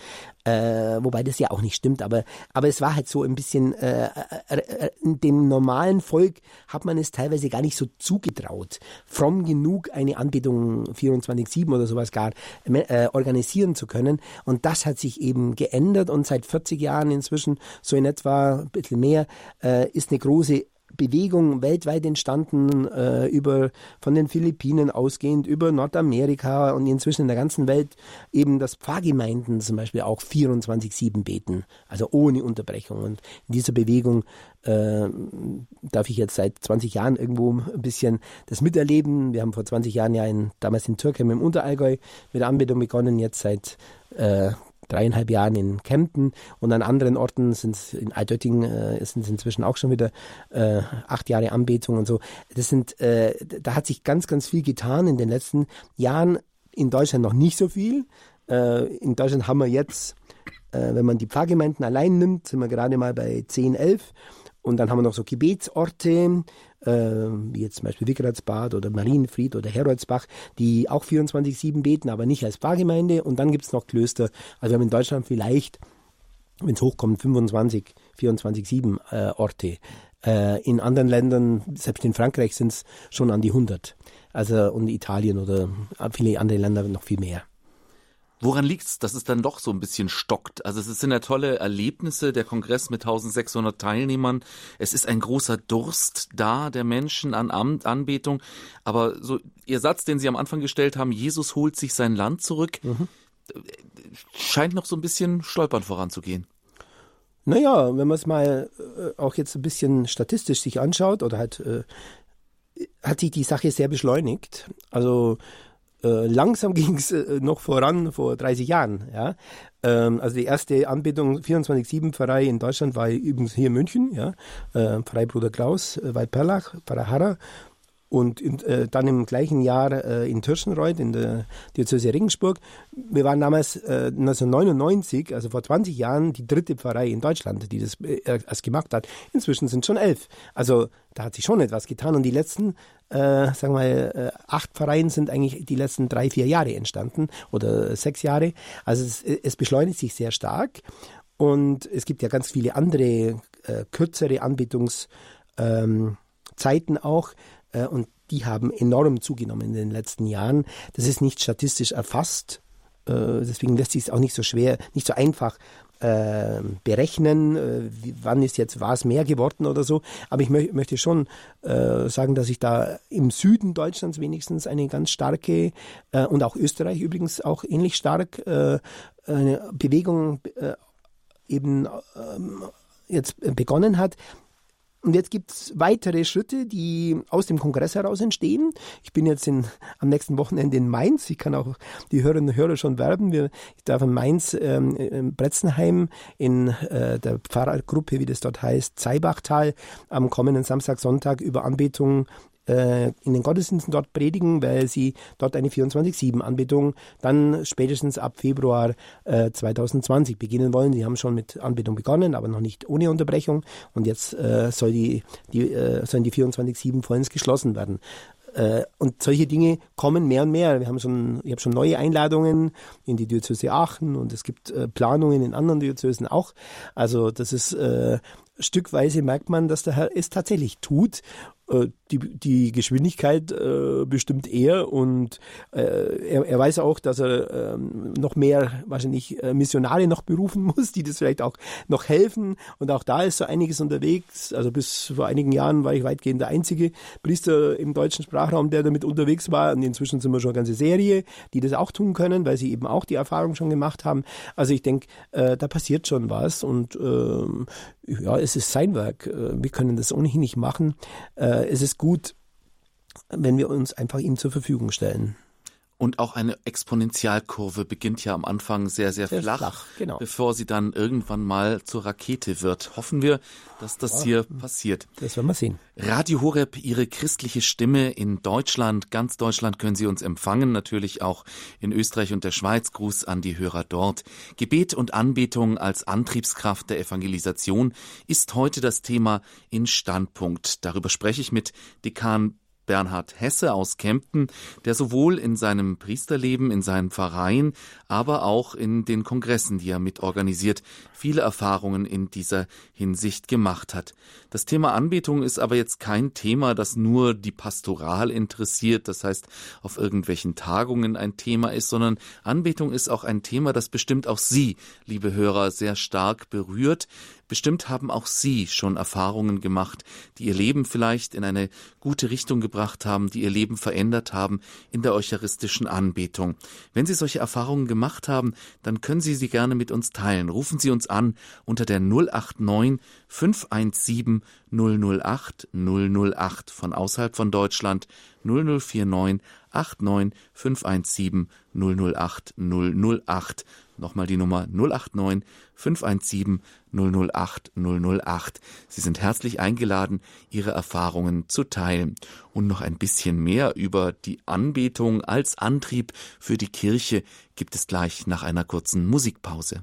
äh, wobei das ja auch nicht stimmt, aber, aber es war halt so ein bisschen, äh, äh, dem normalen Volk hat man es teilweise gar nicht so zugetraut, fromm genug eine Anbetung vierundzwanzig sieben oder sowas gar äh, organisieren zu können, und das hat sich eben geändert und seit vierzig Jahren inzwischen, so in etwa ein bisschen mehr, äh, ist eine große Bewegung weltweit entstanden, äh, über von den Philippinen ausgehend, über Nordamerika und inzwischen in der ganzen Welt eben, dass Pfarrgemeinden zum Beispiel auch vierundzwanzig sieben beten, also ohne Unterbrechung. Und in dieser Bewegung äh, darf ich jetzt seit zwanzig Jahren irgendwo ein bisschen das miterleben. Wir haben vor zwanzig Jahren ja in, damals in Türkheim im Unterallgäu mit der Anbetung begonnen, jetzt seit äh, dreieinhalb Jahren in Kempten und an anderen Orten sind es in Altötting äh, sind es inzwischen auch schon wieder äh, acht Jahre Anbetung und so. Das sind, äh, da hat sich ganz, ganz viel getan in den letzten Jahren. In Deutschland noch nicht so viel. Äh, in Deutschland haben wir jetzt, äh, wenn man die Pfarrgemeinden allein nimmt, sind wir gerade mal bei zehn, elf. Und dann haben wir noch so Gebetsorte, äh, wie jetzt zum Beispiel Wickeradsbad oder Marienfried oder Heroldsbach, die auch vierundzwanzig sieben beten, aber nicht als Pfarrgemeinde. Und dann gibt es noch Klöster. Also wir haben in Deutschland vielleicht, wenn es hochkommt, fünfundzwanzig, vierundzwanzig sieben äh, Orte. Äh, in anderen Ländern, selbst in Frankreich, sind es schon an die hundert. Also und Italien oder viele andere Länder noch viel mehr. Woran liegt's, dass es dann doch so ein bisschen stockt? Also es sind ja tolle Erlebnisse, der Kongress mit eintausendsechshundert Teilnehmern. Es ist ein großer Durst da der Menschen an Anbetung. Aber so Ihr Satz, den Sie am Anfang gestellt haben, Jesus holt sich sein Land zurück, mhm. scheint noch so ein bisschen stolpern voranzugehen. Naja, wenn man es mal äh, auch jetzt ein bisschen statistisch sich anschaut, oder halt äh, hat sich die Sache sehr beschleunigt. Also Äh, langsam ging es äh, noch voran, vor dreißig Jahren. Ja? Ähm, also die erste Anbetung vierundzwanzig sieben Pfarrei in Deutschland war übrigens hier in München, ja? äh, Pfarrei Bruder Klaus, äh, Waldperlach, Pfarrer Harrer. Und in, äh, dann im gleichen Jahr äh, in Tirschenreuth in der Diözese Regensburg. Wir waren damals äh, neunzehnhundertneunundneunzig, also vor zwanzig Jahren, die dritte Pfarrei in Deutschland, die das äh, erst gemacht hat. Inzwischen sind schon elf. Also da hat sich schon etwas getan. Und die letzten, äh, sagen wir mal, äh, acht Pfarreien sind eigentlich die letzten drei, vier Jahre entstanden oder sechs Jahre. Also es, es beschleunigt sich sehr stark. Und es gibt ja ganz viele andere, äh, kürzere Anbetungszeiten ähm, auch. Und die haben enorm zugenommen in den letzten Jahren. Das ist nicht statistisch erfasst. Deswegen lässt sich es auch nicht so schwer, nicht so einfach berechnen, wann ist jetzt was mehr geworden oder so. Aber ich mö- möchte schon sagen, dass ich da im Süden Deutschlands wenigstens eine ganz starke und auch Österreich übrigens auch ähnlich stark eine Bewegung eben jetzt begonnen hat. Und jetzt gibt es weitere Schritte, die aus dem Kongress heraus entstehen. Ich bin jetzt in, am nächsten Wochenende in Mainz. Ich kann auch die Hörerinnen und Hörer schon werben. Wir, ich darf in Mainz, ähm, in Bretzenheim, in äh, der Pfarrergruppe, wie das dort heißt, Zeibachtal, am kommenden Samstag, Sonntag über Anbetung in den Gottesdiensten dort predigen, weil sie dort eine vierundzwanzig sieben Anbetung dann spätestens ab Februar äh, zwanzig zwanzig beginnen wollen. Sie haben schon mit Anbetung begonnen, aber noch nicht ohne Unterbrechung. Und jetzt äh, soll die, die, äh, sollen die vierundzwanzig sieben vollends geschlossen werden. Äh, und solche Dinge kommen mehr und mehr. Wir haben schon, ich habe schon neue Einladungen in die Diözese Aachen und es gibt äh, Planungen in anderen Diözesen auch. Also das ist äh, stückweise merkt man, dass der Herr es tatsächlich tut. Die, die Geschwindigkeit äh, bestimmt er und äh, er, er weiß auch, dass er äh, noch mehr wahrscheinlich äh, Missionare noch berufen muss, die das vielleicht auch noch helfen und auch da ist so einiges unterwegs. Also bis vor einigen Jahren war ich weitgehend der einzige Priester im deutschen Sprachraum, der damit unterwegs war und inzwischen sind wir schon eine ganze Serie, die das auch tun können, weil sie eben auch die Erfahrung schon gemacht haben. Also ich denke, äh, da passiert schon was und äh, ja, es ist sein Werk. Wir können das ohnehin nicht machen. Es ist gut, wenn wir uns einfach ihm zur Verfügung stellen. Und auch eine Exponentialkurve beginnt ja am Anfang sehr, sehr, sehr flach, flach genau. bevor sie dann irgendwann mal zur Rakete wird. Hoffen wir, dass das ja, hier passiert. Das werden wir sehen. Radio Horeb, Ihre christliche Stimme in Deutschland. Ganz Deutschland können Sie uns empfangen, natürlich auch in Österreich und der Schweiz. Gruß an die Hörer dort. Gebet und Anbetung als Antriebskraft der Evangelisation ist heute das Thema in Standpunkt. Darüber spreche ich mit Dekan Bernhard Hesse aus Kempten, der sowohl in seinem Priesterleben, in seinem Pfarreien, aber auch in den Kongressen, die er mitorganisiert, viele Erfahrungen in dieser Hinsicht gemacht hat. Das Thema Anbetung ist aber jetzt kein Thema, das nur die Pastoral interessiert, das heißt auf irgendwelchen Tagungen ein Thema ist, sondern Anbetung ist auch ein Thema, das bestimmt auch Sie, liebe Hörer, sehr stark berührt. Bestimmt haben auch Sie schon Erfahrungen gemacht, die Ihr Leben vielleicht in eine gute Richtung gebracht haben, die Ihr Leben verändert haben in der eucharistischen Anbetung. Wenn Sie solche Erfahrungen gemacht haben, dann können Sie sie gerne mit uns teilen. Rufen Sie uns an unter der null acht neun fünf eins sieben null null acht null null acht von außerhalb von Deutschland null null vier neun acht neun fünf eins sieben null null acht null null acht. Nochmal die Nummer null acht neun fünf eins sieben null null acht null null acht. Sie sind herzlich eingeladen, Ihre Erfahrungen zu teilen. Und noch ein bisschen mehr über die Anbetung als Antrieb für die Kirche gibt es gleich nach einer kurzen Musikpause.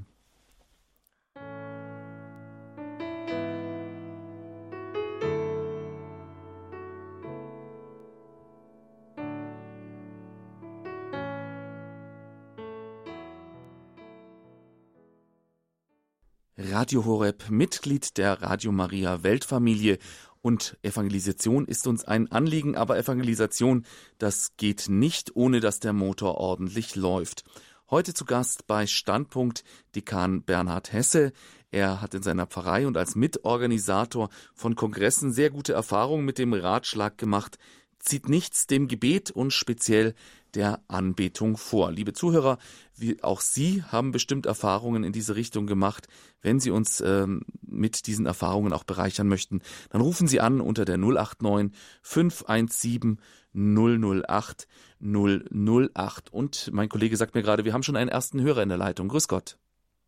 Radio Horeb, Mitglied der Radio Maria Weltfamilie, und Evangelisation ist uns ein Anliegen, aber Evangelisation, das geht nicht, ohne dass der Motor ordentlich läuft. Heute zu Gast bei Standpunkt Dekan Bernhard Hesse. Er hat in seiner Pfarrei und als Mitorganisator von Kongressen sehr gute Erfahrungen mit dem Ratschlag gemacht: zieht nichts dem Gebet und speziell der Anbetung vor. Liebe Zuhörer, wie auch Sie haben bestimmt Erfahrungen in diese Richtung gemacht. Wenn Sie uns ähm, mit diesen Erfahrungen auch bereichern möchten, dann rufen Sie an unter der null acht neun fünf eins sieben null null acht null null acht. Und mein Kollege sagt mir gerade, wir haben schon einen ersten Hörer in der Leitung. Grüß Gott.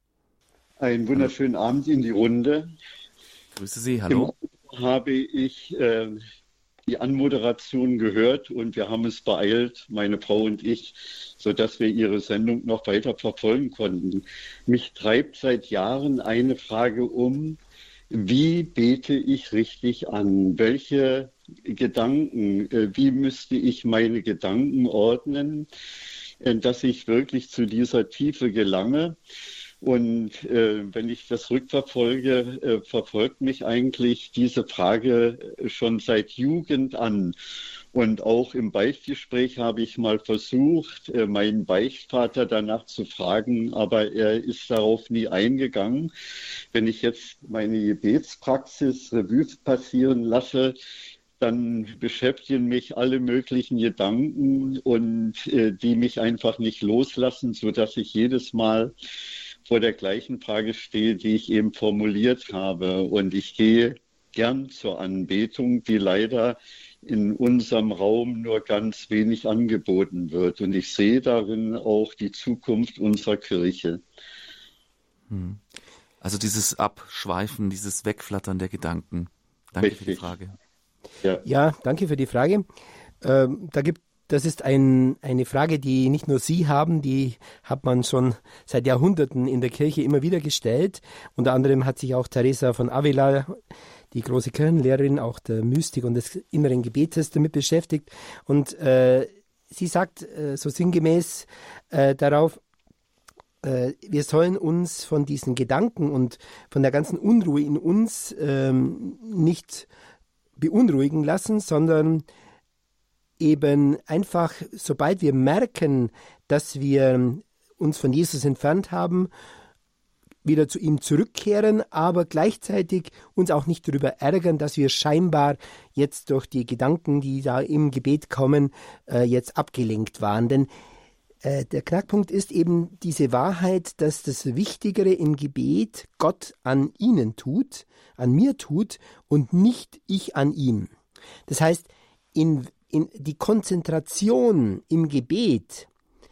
Einen wunderschönen hallo. Abend in die Runde. Grüße Sie, hallo. Im habe ich äh, die Anmoderation gehört und wir haben es beeilt, meine Frau und ich, sodass wir Ihre Sendung noch weiter verfolgen konnten. Mich treibt seit Jahren eine Frage um: Wie bete ich richtig an? Welche Gedanken, äh, wie müsste ich meine Gedanken ordnen, äh, dass ich wirklich zu dieser Tiefe gelange? Und äh, wenn ich das rückverfolge, äh, verfolgt mich eigentlich diese Frage schon seit Jugend an. Und auch im Beichtgespräch habe ich mal versucht, äh, meinen Beichtvater danach zu fragen, aber er ist darauf nie eingegangen. Wenn ich jetzt meine Gebetspraxis Revue passieren lasse, dann beschäftigen mich alle möglichen Gedanken und äh, die mich einfach nicht loslassen, sodass ich jedes Mal vor der gleichen Frage stehe, die ich eben formuliert habe. Und ich gehe gern zur Anbetung, die leider in unserem Raum nur ganz wenig angeboten wird. Und ich sehe darin auch die Zukunft unserer Kirche. Also dieses Abschweifen, dieses Wegflattern der Gedanken. Danke Richtig. Für die Frage. Ja. ja, danke für die Frage. Ähm, da gibt das ist ein, eine Frage, die nicht nur Sie haben, die hat man schon seit Jahrhunderten in der Kirche immer wieder gestellt. Unter anderem hat sich auch Teresa von Avila, die große Kirchenlehrerin, auch der Mystik und des inneren Gebetes damit beschäftigt. Und äh, sie sagt äh, so sinngemäß äh, darauf, äh, wir sollen uns von diesen Gedanken und von der ganzen Unruhe in uns ähm, nicht beunruhigen lassen, sondern eben einfach, sobald wir merken, dass wir uns von Jesus entfernt haben, wieder zu ihm zurückkehren, aber gleichzeitig uns auch nicht darüber ärgern, dass wir scheinbar jetzt durch die Gedanken, die da im Gebet kommen, äh, jetzt abgelenkt waren. Denn äh, der Knackpunkt ist eben diese Wahrheit, dass das Wichtigere im Gebet Gott an ihnen tut, an mir tut und nicht ich an ihm. Das heißt, in In die Konzentration im Gebet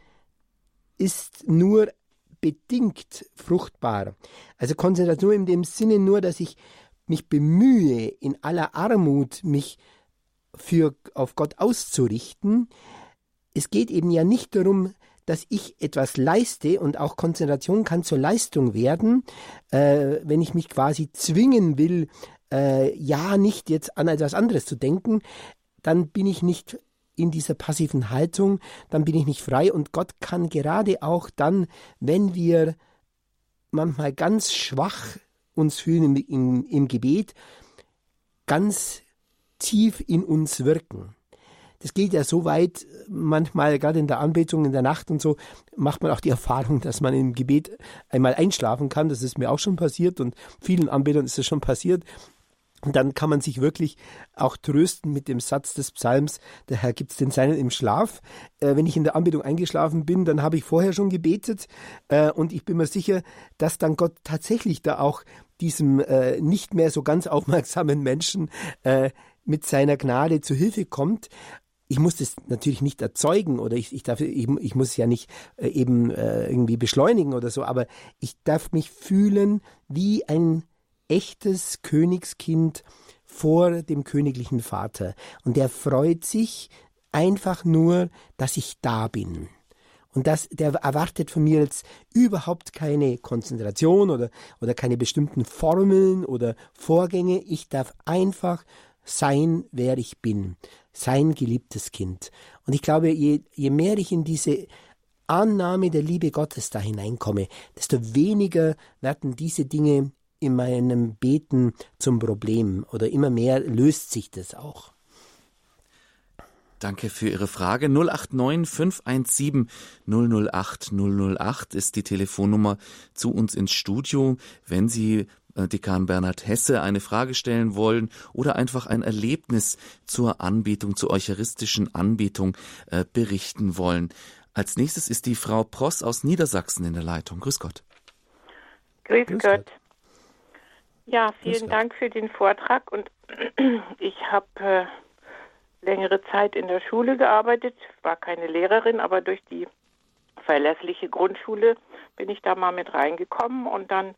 ist nur bedingt fruchtbar. Also Konzentration in dem Sinne nur, dass ich mich bemühe, in aller Armut mich für, auf Gott auszurichten. Es geht eben ja nicht darum, dass ich etwas leiste, und auch Konzentration kann zur Leistung werden, äh, wenn ich mich quasi zwingen will, äh, ja nicht jetzt an etwas anderes zu denken, dann bin ich nicht in dieser passiven Haltung, dann bin ich nicht frei. Und Gott kann gerade auch dann, wenn wir manchmal ganz schwach uns fühlen im, im, im Gebet, ganz tief in uns wirken. Das geht ja so weit, manchmal gerade in der Anbetung, in der Nacht und so, macht man auch die Erfahrung, dass man im Gebet einmal einschlafen kann. Das ist mir auch schon passiert und vielen Anbetern ist das schon passiert. Und dann kann man sich wirklich auch trösten mit dem Satz des Psalms, der Herr gibt's den Seinen im Schlaf. Äh, wenn ich in der Anbetung eingeschlafen bin, dann habe ich vorher schon gebetet äh, und ich bin mir sicher, dass dann Gott tatsächlich da auch diesem äh, nicht mehr so ganz aufmerksamen Menschen äh, mit seiner Gnade zu Hilfe kommt. Ich muss das natürlich nicht erzeugen oder ich, ich, darf, ich, ich muss ja nicht äh, eben äh, irgendwie beschleunigen oder so, aber ich darf mich fühlen wie ein echtes Königskind vor dem königlichen Vater. Und der freut sich einfach nur, dass ich da bin. Und das, der erwartet von mir jetzt überhaupt keine Konzentration oder, oder keine bestimmten Formeln oder Vorgänge. Ich darf einfach sein, wer ich bin. Sein geliebtes Kind. Und ich glaube, je, je mehr ich in diese Annahme der Liebe Gottes da hineinkomme, desto weniger werden diese Dinge in meinem Beten zum Problem oder immer mehr löst sich das auch. Danke für Ihre Frage. null acht neun fünf eins sieben null null acht null null acht ist die Telefonnummer zu uns ins Studio. Wenn Sie äh, Dekan Bernhard Hesse eine Frage stellen wollen oder einfach ein Erlebnis zur Anbetung, zur eucharistischen Anbetung äh, berichten wollen. Als nächstes ist die Frau Pross aus Niedersachsen in der Leitung. Grüß Gott. Grüß, Grüß Gott. Gott. Ja, vielen Dank für den Vortrag. Und ich habe äh, längere Zeit in der Schule gearbeitet, war keine Lehrerin, aber durch die verlässliche Grundschule bin ich da mal mit reingekommen. Und dann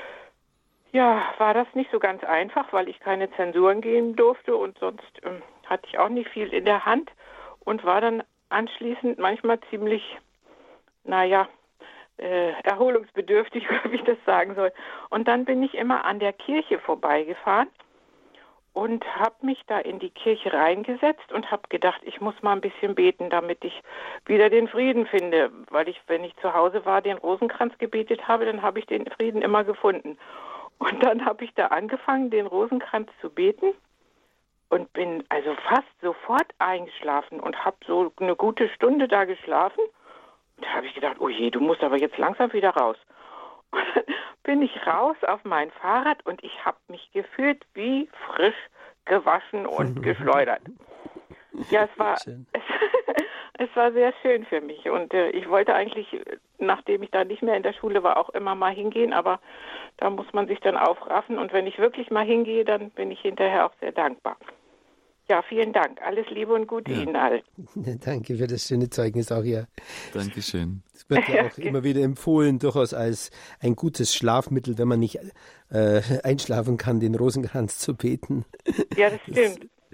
ja, war das nicht so ganz einfach, weil ich keine Zensuren gehen durfte und sonst ähm, hatte ich auch nicht viel in der Hand und war dann anschließend manchmal ziemlich, naja, Äh, erholungsbedürftig, wie ich das sagen soll. Und dann bin ich immer an der Kirche vorbeigefahren und habe mich da in die Kirche reingesetzt und habe gedacht, ich muss mal ein bisschen beten, damit ich wieder den Frieden finde. Weil ich, wenn ich zu Hause war, den Rosenkranz gebetet habe, dann habe ich den Frieden immer gefunden. Und dann habe ich da angefangen, den Rosenkranz zu beten und bin also fast sofort eingeschlafen und habe so eine gute Stunde da geschlafen. Da habe ich gedacht, oh je, du musst aber jetzt langsam wieder raus. Und dann bin ich raus auf mein Fahrrad und ich habe mich gefühlt wie frisch gewaschen und geschleudert. Ja, es war, es, es war sehr schön für mich. Und äh, ich wollte eigentlich, nachdem ich da nicht mehr in der Schule war, auch immer mal hingehen. Aber da muss man sich dann aufraffen. Und wenn ich wirklich mal hingehe, dann bin ich hinterher auch sehr dankbar. Ja, vielen Dank. Alles Liebe und Gute ja. Ihnen allen. Danke für das schöne Zeugnis auch hier. Dankeschön. Es wird ja auch immer wieder empfohlen, durchaus als ein gutes Schlafmittel, wenn man nicht äh, einschlafen kann, den Rosenkranz zu beten. Ja, das stimmt.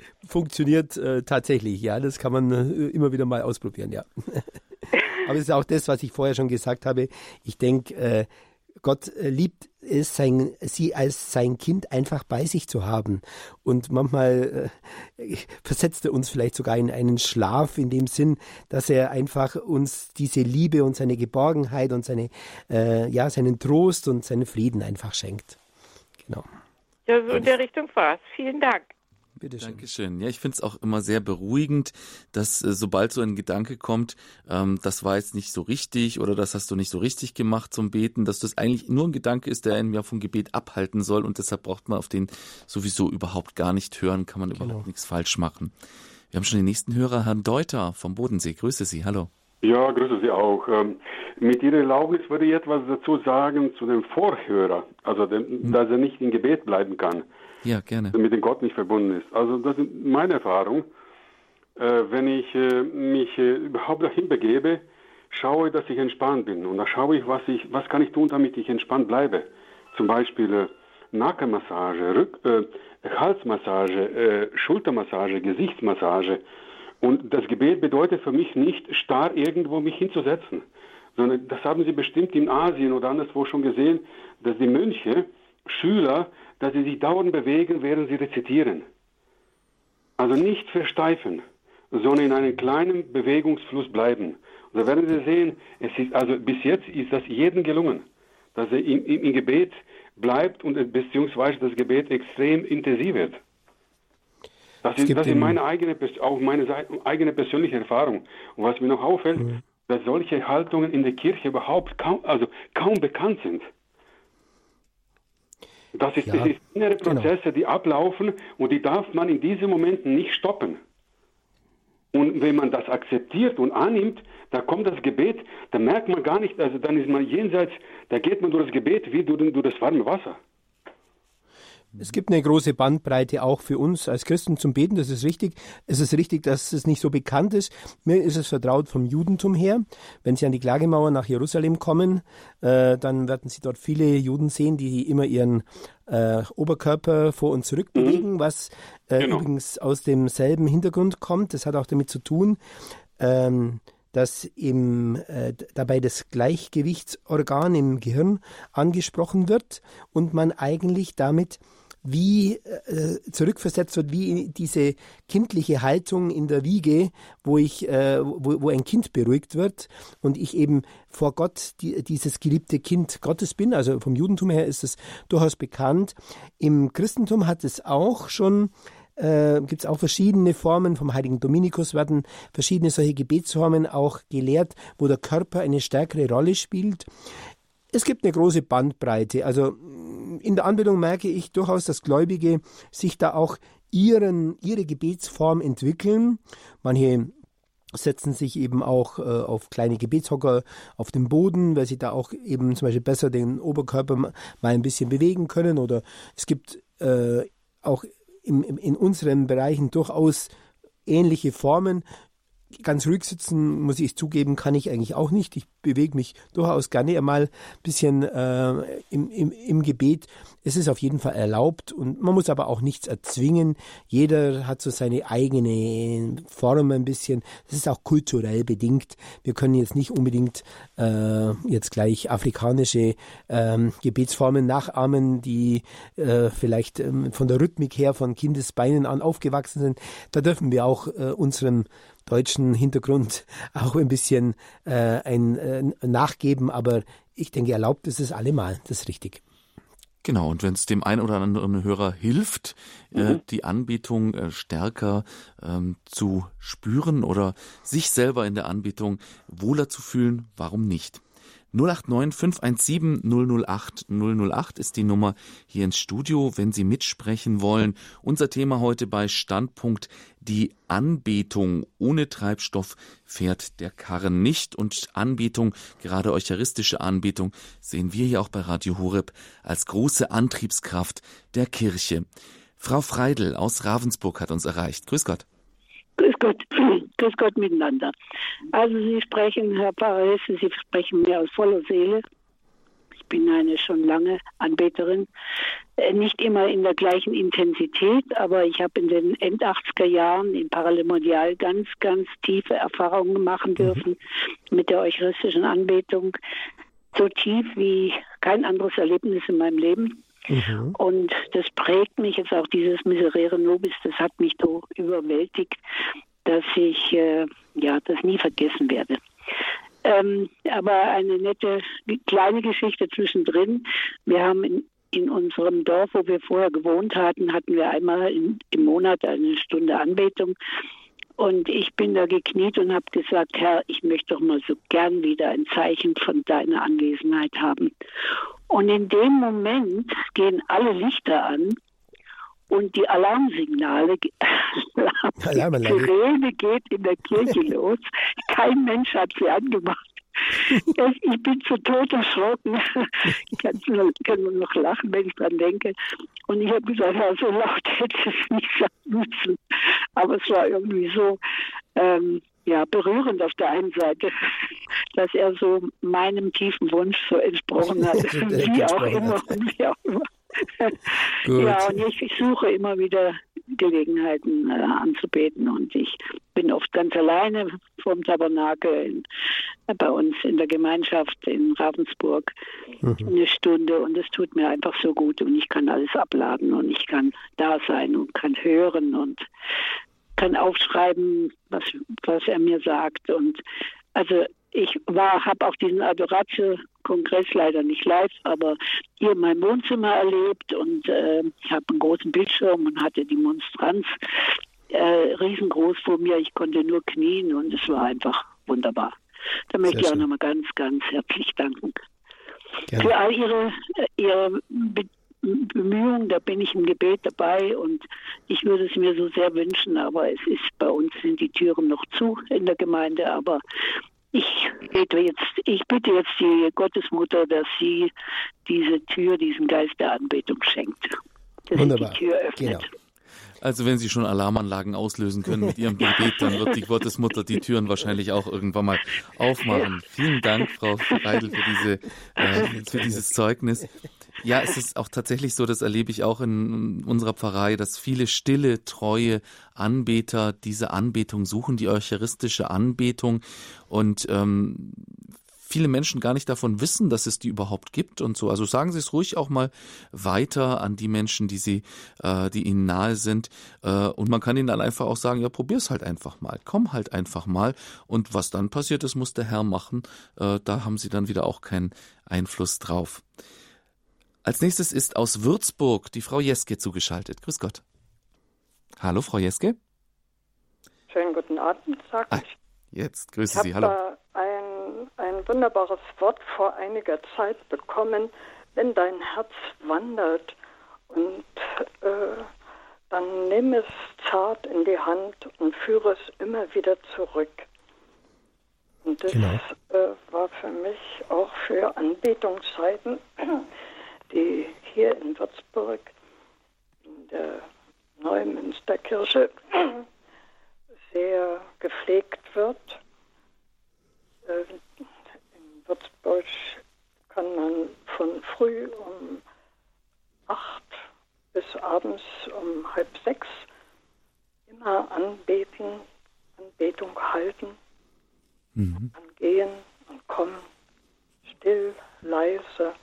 Funktioniert äh, tatsächlich, ja. Das kann man äh, immer wieder mal ausprobieren, ja. Aber es ist auch das, was ich vorher schon gesagt habe. Ich denke, äh, Gott äh, liebt es, sein, sie als sein Kind einfach bei sich zu haben. Und manchmal äh, versetzt er uns vielleicht sogar in einen Schlaf in dem Sinn, dass er einfach uns diese Liebe und seine Geborgenheit und seine, äh, ja, seinen Trost und seinen Frieden einfach schenkt. Genau. Ja, so in der Richtung war es. Vielen Dank. Bitteschön. Dankeschön. Ja, ich finde es auch immer sehr beruhigend, dass äh, sobald so ein Gedanke kommt, ähm, das war jetzt nicht so richtig oder das hast du nicht so richtig gemacht zum Beten, dass das eigentlich nur ein Gedanke ist, der einen ja vom Gebet abhalten soll und deshalb braucht man auf den sowieso überhaupt gar nicht hören, kann man Genau. überhaupt nichts falsch machen. Wir haben schon den nächsten Hörer, Herrn Deuter vom Bodensee. Grüße Sie, hallo. Ja, grüße Sie auch. Ähm, mit Ihrer Erlaubnis würde ich etwas dazu sagen zu dem Vorhörer, also dem, hm. dass er nicht im Gebet bleiben kann. Ja, gerne. Mit dem Gott nicht verbunden ist. Also das ist meine Erfahrung. Äh, wenn ich äh, mich äh, überhaupt dahin begebe, schaue ich, dass ich entspannt bin. Und da schaue ich, was ich, was kann ich tun, damit ich entspannt bleibe. Zum Beispiel äh, Nackenmassage, Rück, äh, Halsmassage, äh, Schultermassage, Gesichtsmassage. Und das Gebet bedeutet für mich nicht, starr irgendwo mich hinzusetzen. Sondern das haben Sie bestimmt in Asien oder anderswo schon gesehen, dass die Mönche, Schüler, dass sie sich dauernd bewegen, während sie rezitieren. Also nicht versteifen, sondern in einem kleinen Bewegungsfluss bleiben. Und da werden Sie sehen, es ist, also bis jetzt ist das jedem gelungen, dass er im, im, im Gebet bleibt und beziehungsweise das Gebet extrem intensiv wird. Das ist, das ist meine eigene, auch meine eigene persönliche Erfahrung. Und was mir noch auffällt, mhm. dass solche Haltungen in der Kirche überhaupt kaum, also kaum bekannt sind. Das ist, ja, das ist innere Prozesse, genau. die ablaufen und die darf man in diesen Momenten nicht stoppen. Und wenn man das akzeptiert und annimmt, da kommt das Gebet, da merkt man gar nicht, also dann ist man jenseits, da geht man durch das Gebet wie durch, durch das warme Wasser. Es gibt eine große Bandbreite auch für uns als Christen zum Beten, das ist richtig. Es ist richtig, dass es nicht so bekannt ist. Mir ist es vertraut vom Judentum her. Wenn Sie an die Klagemauer nach Jerusalem kommen, äh, dann werden Sie dort viele Juden sehen, die immer ihren äh, Oberkörper vor und zurück bewegen, mhm. was äh, genau. übrigens aus demselben Hintergrund kommt. Das hat auch damit zu tun, ähm, dass im, äh, dabei das Gleichgewichtsorgan im Gehirn angesprochen wird und man eigentlich damit wie äh, zurückversetzt wird, wie diese kindliche Haltung in der Wiege, wo ich, äh, wo, wo ein Kind beruhigt wird und ich eben vor Gott die, dieses geliebte Kind Gottes bin. Also vom Judentum her ist es durchaus bekannt. Im Christentum hat es auch schon Äh, gibt es auch verschiedene Formen, vom heiligen Dominikus werden verschiedene solche Gebetsformen auch gelehrt, wo der Körper eine stärkere Rolle spielt. Es gibt eine große Bandbreite. Also in der Anbetung merke ich durchaus, dass Gläubige sich da auch ihren, ihre Gebetsform entwickeln. Manche setzen sich eben auch äh, auf kleine Gebetshocker auf dem Boden, weil sie da auch eben zum Beispiel besser den Oberkörper mal ein bisschen bewegen können. Oder es gibt äh, auch Im, im, in unseren Bereichen durchaus ähnliche Formen. Ganz ruhig sitzen, muss ich zugeben, kann ich eigentlich auch nicht. Ich bewege mich durchaus gerne einmal ein bisschen äh, im, im, im Gebet. Es ist auf jeden Fall erlaubt und man muss aber auch nichts erzwingen. Jeder hat so seine eigene Form ein bisschen. Das ist auch kulturell bedingt. Wir können jetzt nicht unbedingt äh, jetzt gleich afrikanische ähm, Gebetsformen nachahmen, die äh, vielleicht ähm, von der Rhythmik her von Kindesbeinen an aufgewachsen sind. Da dürfen wir auch äh, unserem deutschen Hintergrund auch ein bisschen äh, ein äh, nachgeben, aber ich denke, erlaubt ist es allemal, das ist richtig. Genau, und wenn es dem einen oder anderen Hörer hilft, mhm. äh, die Anbetung äh, stärker ähm, zu spüren oder sich selber in der Anbetung wohler zu fühlen, warum nicht? null acht neun fünf eins sieben null null acht null null acht ist die Nummer hier ins Studio, wenn Sie mitsprechen wollen. Unser Thema heute bei Standpunkt: Die Anbetung. Ohne Treibstoff fährt der Karren nicht. Und Anbetung, gerade eucharistische Anbetung, sehen wir hier auch bei Radio Horeb als große Antriebskraft der Kirche. Frau Freidl aus Ravensburg hat uns erreicht. Grüß Gott. Grüß Gott, grüß Gott miteinander. Also Sie sprechen, Herr Pfarrer Hesse, Sie sprechen mir aus voller Seele. Ich bin eine schon lange Anbeterin. Nicht immer in der gleichen Intensität, aber ich habe in den End-achtziger Jahren in Paralemonial ganz, ganz tiefe Erfahrungen machen dürfen mhm. mit der eucharistischen Anbetung. So tief wie kein anderes Erlebnis in meinem Leben. Mhm. Und das prägt mich jetzt auch, dieses Miserere Nobis, das hat mich so überwältigt, dass ich äh, ja das nie vergessen werde. Ähm, aber eine nette kleine Geschichte zwischendrin. Wir haben in, in unserem Dorf, wo wir vorher gewohnt hatten, hatten wir einmal in, im Monat eine Stunde Anbetung. Und ich bin da gekniet und habe gesagt, Herr, ich möchte doch mal so gern wieder ein Zeichen von deiner Anwesenheit haben. Und in dem Moment gehen alle Lichter an und die Alarmsignale, die Sirene geht in der Kirche los. Kein Mensch hat sie angemacht. Ich bin zu Tod erschrocken. Ich kann nur noch lachen, wenn ich dran denke. Und ich habe gesagt, ja, so laut hätte es nicht sein müssen. Aber es war irgendwie so ähm, ja, berührend auf der einen Seite, dass er so meinem tiefen Wunsch so entsprochen hat. wie, auch immer, wie auch immer. Ja, und ich, ich suche immer wieder Gelegenheiten äh, anzubeten und ich bin oft ganz alleine vorm Tabernakel in, äh, bei uns in der Gemeinschaft in Ravensburg mhm. eine Stunde und es tut mir einfach so gut und ich kann alles abladen und ich kann da sein und kann hören und kann aufschreiben, was, was er mir sagt und also ich war, habe auch diesen Adoratio-Kongress leider nicht live, aber hier in meinem Wohnzimmer erlebt und äh, ich habe einen großen Bildschirm und hatte die Monstranz äh, riesengroß vor mir. Ich konnte nur knien und es war einfach wunderbar. Da möchte Sehr ich auch nochmal ganz, ganz herzlich danken. Gerne. Für all Ihre, Ihre Be- Bemühungen, da bin ich im Gebet dabei und ich würde es mir so sehr wünschen, aber es ist bei uns sind die Türen noch zu in der Gemeinde, aber Ich bitte, jetzt, ich bitte jetzt die Gottesmutter, dass sie diese Tür, diesen Geist der Anbetung schenkt. Dass Wunderbar. sie die Tür öffnet. Genau. Also wenn Sie schon Alarmanlagen auslösen können mit Ihrem Gebet, dann wird die Gottesmutter die Türen wahrscheinlich auch irgendwann mal aufmachen. Vielen Dank, Frau Reidel, für diese, äh, für dieses Zeugnis. Ja, es ist auch tatsächlich so, das erlebe ich auch in unserer Pfarrei, dass viele stille, treue Anbeter diese Anbetung suchen, die eucharistische Anbetung und ähm, viele Menschen gar nicht davon wissen, dass es die überhaupt gibt und so. Also sagen Sie es ruhig auch mal weiter an die Menschen, die sie, äh, die ihnen nahe sind. Äh, und man kann ihnen dann einfach auch sagen, ja, probier's halt einfach mal. Komm halt einfach mal. Und was dann passiert ist, muss der Herr machen. Äh, da haben sie dann wieder auch keinen Einfluss drauf. Als nächstes ist aus Würzburg die Frau Jeske zugeschaltet. Grüß Gott. Hallo, Frau Jeske. Schönen guten Abend, sag ich. Ah, jetzt grüße ich Sie. Hallo. Da ein, ein wunderbares Wort vor einiger Zeit bekommen, wenn dein Herz wandert und äh, dann nimm es zart in die Hand und führe es immer wieder zurück. Und das genau. äh, war für mich auch für Anbetungszeiten, die hier in Würzburg in der Neumünsterkirche sehr gepflegt wird. In Würzburg kann man von früh um acht bis abends um halb sechs immer anbeten, Anbetung halten, mhm. angehen und kommen, still, leise.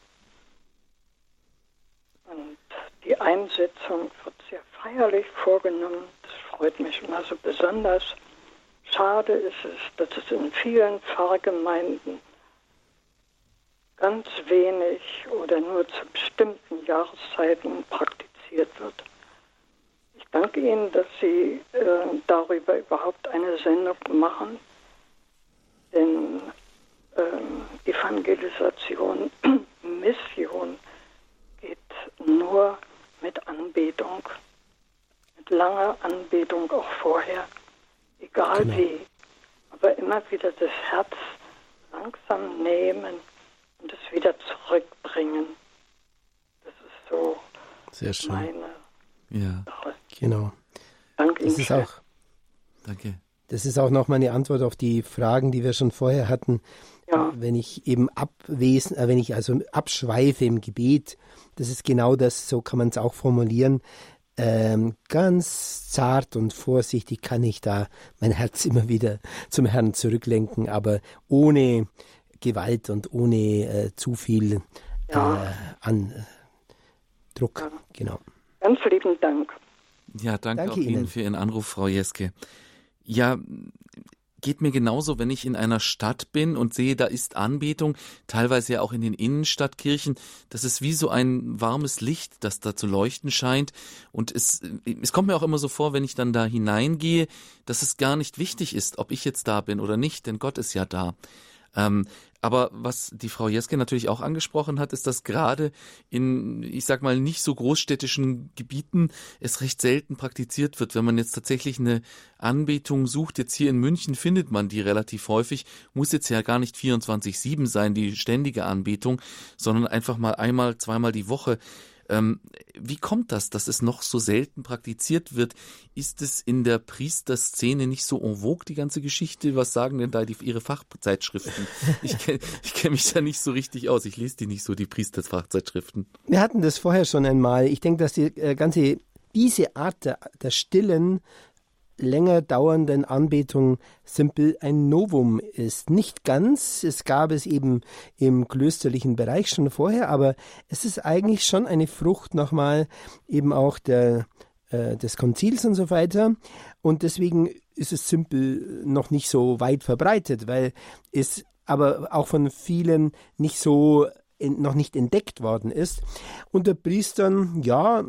Und die Einsetzung wird sehr feierlich vorgenommen. Das freut mich immer so besonders. Schade ist es, dass es in vielen Pfarrgemeinden ganz wenig oder nur zu bestimmten Jahreszeiten praktiziert wird. Ich danke Ihnen, dass Sie äh, darüber überhaupt eine Sendung machen, denn äh, Evangelisation, Mission geht nur mit Anbetung, mit langer Anbetung auch vorher, egal genau. wie, aber immer wieder das Herz langsam nehmen und es wieder zurückbringen. Das ist so Sehr schön. meine ja. Sache. Genau. Danke das Ihnen. Ist auch, Danke. Das ist auch nochmal eine Antwort auf die Fragen, die wir schon vorher hatten. Ja. Wenn ich eben abwesen, äh, wenn ich also abschweife im Gebet, das ist genau das, so kann man es auch formulieren. Ähm, ganz zart und vorsichtig kann ich da mein Herz immer wieder zum Herrn zurücklenken, aber ohne Gewalt und ohne äh, zu viel Ja. äh, an äh, Druck. Ja. Genau. Ganz lieben Dank. Ja, danke, Danke auch Ihnen Ihnen. für Ihren Anruf, Frau Jeske. Ja, geht mir genauso, wenn ich in einer Stadt bin und sehe, da ist Anbetung, teilweise ja auch in den Innenstadtkirchen. Das ist wie so ein warmes Licht, das da zu leuchten scheint. Und es, es kommt mir auch immer so vor, wenn ich dann da hineingehe, dass es gar nicht wichtig ist, ob ich jetzt da bin oder nicht, denn Gott ist ja da. Ähm, aber was die Frau Jeske natürlich auch angesprochen hat, ist, dass gerade in, ich sag mal, nicht so großstädtischen Gebieten es recht selten praktiziert wird. Wenn man jetzt tatsächlich eine Anbetung sucht, jetzt hier in München findet man die relativ häufig, muss jetzt ja gar nicht vierundzwanzig sieben sein, die ständige Anbetung, sondern einfach mal einmal, zweimal die Woche. Ähm, wie kommt das, dass es noch so selten praktiziert wird? Ist es in der Priesterszene nicht so en vogue, die ganze Geschichte? Was sagen denn da die, Ihre Fachzeitschriften? Ich kenne ich kenn mich da nicht so richtig aus. Ich lese die nicht so, die Priesterfachzeitschriften. Wir hatten das vorher schon einmal. Ich denke, dass die äh, ganze, diese Art der, der stillen, länger dauernden Anbetung simpel ein Novum ist. Nicht ganz, es gab es eben im klösterlichen Bereich schon vorher, aber es ist eigentlich schon eine Frucht nochmal eben auch der, äh, des Konzils und so weiter. Und deswegen ist es simpel noch nicht so weit verbreitet, weil es aber auch von vielen nicht so noch nicht entdeckt worden ist. Unter Priestern, ja,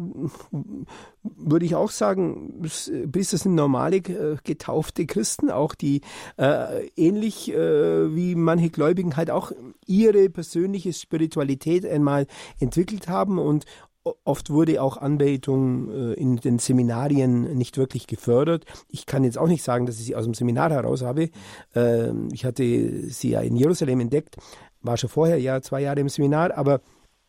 würde ich auch sagen, Priester sind normale äh, getaufte Christen, auch die äh, ähnlich äh, wie manche Gläubigen halt auch ihre persönliche Spiritualität einmal entwickelt haben, und oft wurde auch Anbetung äh, in den Seminarien nicht wirklich gefördert. Ich kann jetzt auch nicht sagen, dass ich sie aus dem Seminar heraus habe. Äh, ich hatte sie ja in Jerusalem entdeckt, war schon vorher, ja, zwei Jahre im Seminar, aber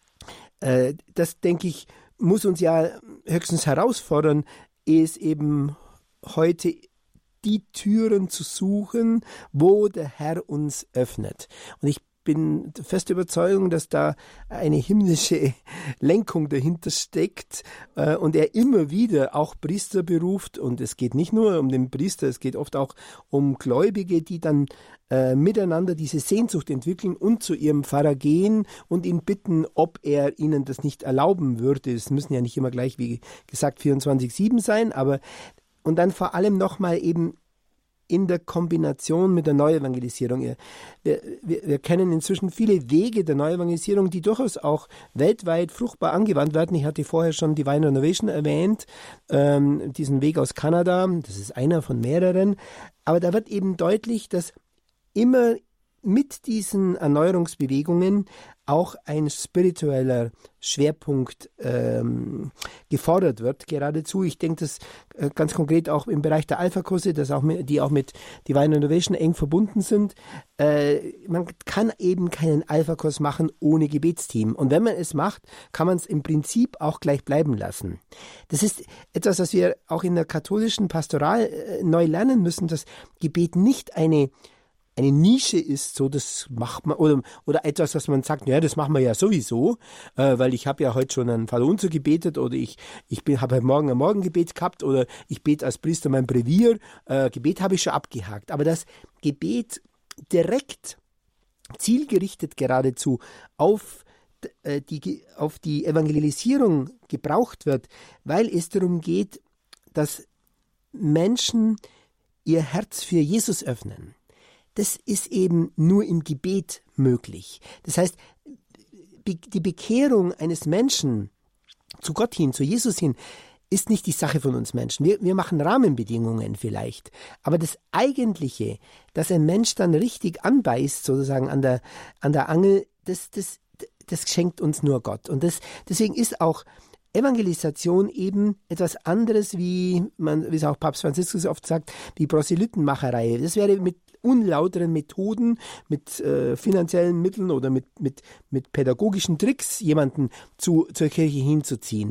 äh, das, denke ich, muss uns ja höchstens herausfordern, ist eben heute die Türen zu suchen, wo der Herr uns öffnet. Und ich bin fest Überzeugung, dass da eine himmlische Lenkung dahinter steckt äh, und er immer wieder auch Priester beruft, und es geht nicht nur um den Priester, es geht oft auch um Gläubige, die dann äh, miteinander diese Sehnsucht entwickeln und zu ihrem Pfarrer gehen und ihn bitten, ob er ihnen das nicht erlauben würde. Es müssen ja nicht immer gleich, wie gesagt, vierundzwanzig sieben sein, aber und dann vor allem nochmal eben in der Kombination mit der Neuevangelisierung. Wir, wir, wir kennen inzwischen viele Wege der Neuevangelisierung, die durchaus auch weltweit fruchtbar angewandt werden. Ich hatte vorher schon Divine Renovation erwähnt, ähm, diesen Weg aus Kanada, das ist einer von mehreren. Aber da wird eben deutlich, dass immer mit diesen Erneuerungsbewegungen auch ein spiritueller Schwerpunkt ähm, gefordert wird, geradezu. Ich denke, das äh, ganz konkret auch im Bereich der Alpha-Kurse, das auch mit, die auch mit Divine Innovation eng verbunden sind. Äh, man kann eben keinen Alpha-Kurs machen ohne Gebetsteam. Und wenn man es macht, kann man es im Prinzip auch gleich bleiben lassen. Das ist etwas, was wir auch in der katholischen Pastoral äh, neu lernen müssen, dass Gebet nicht eine eine Nische ist, so das macht man, oder, oder etwas, was man sagt, ja, das machen wir ja sowieso, äh, weil ich habe ja heute schon ein Vater Unser gebetet, oder ich ich bin habe heute Morgen ein Morgengebet gehabt, oder ich bete als Priester mein Brevier, äh, Gebet habe ich schon abgehakt. Aber das Gebet direkt, zielgerichtet geradezu auf äh, die, auf die Evangelisierung gebraucht wird, weil es darum geht, dass Menschen ihr Herz für Jesus öffnen. Das ist eben nur im Gebet möglich. Das heißt, die Bekehrung eines Menschen zu Gott hin, zu Jesus hin, ist nicht die Sache von uns Menschen. Wir, wir machen Rahmenbedingungen vielleicht. Aber das Eigentliche, dass ein Mensch dann richtig anbeißt, sozusagen an der, an der Angel, das, das, das schenkt uns nur Gott. Und das, deswegen ist auch Evangelisation eben etwas anderes, wie man, wie es auch Papst Franziskus oft sagt, wie Proselytenmacherei. Das wäre mit unlauteren Methoden, mit äh, finanziellen Mitteln oder mit, mit, mit pädagogischen Tricks jemanden zu, zur Kirche hinzuziehen.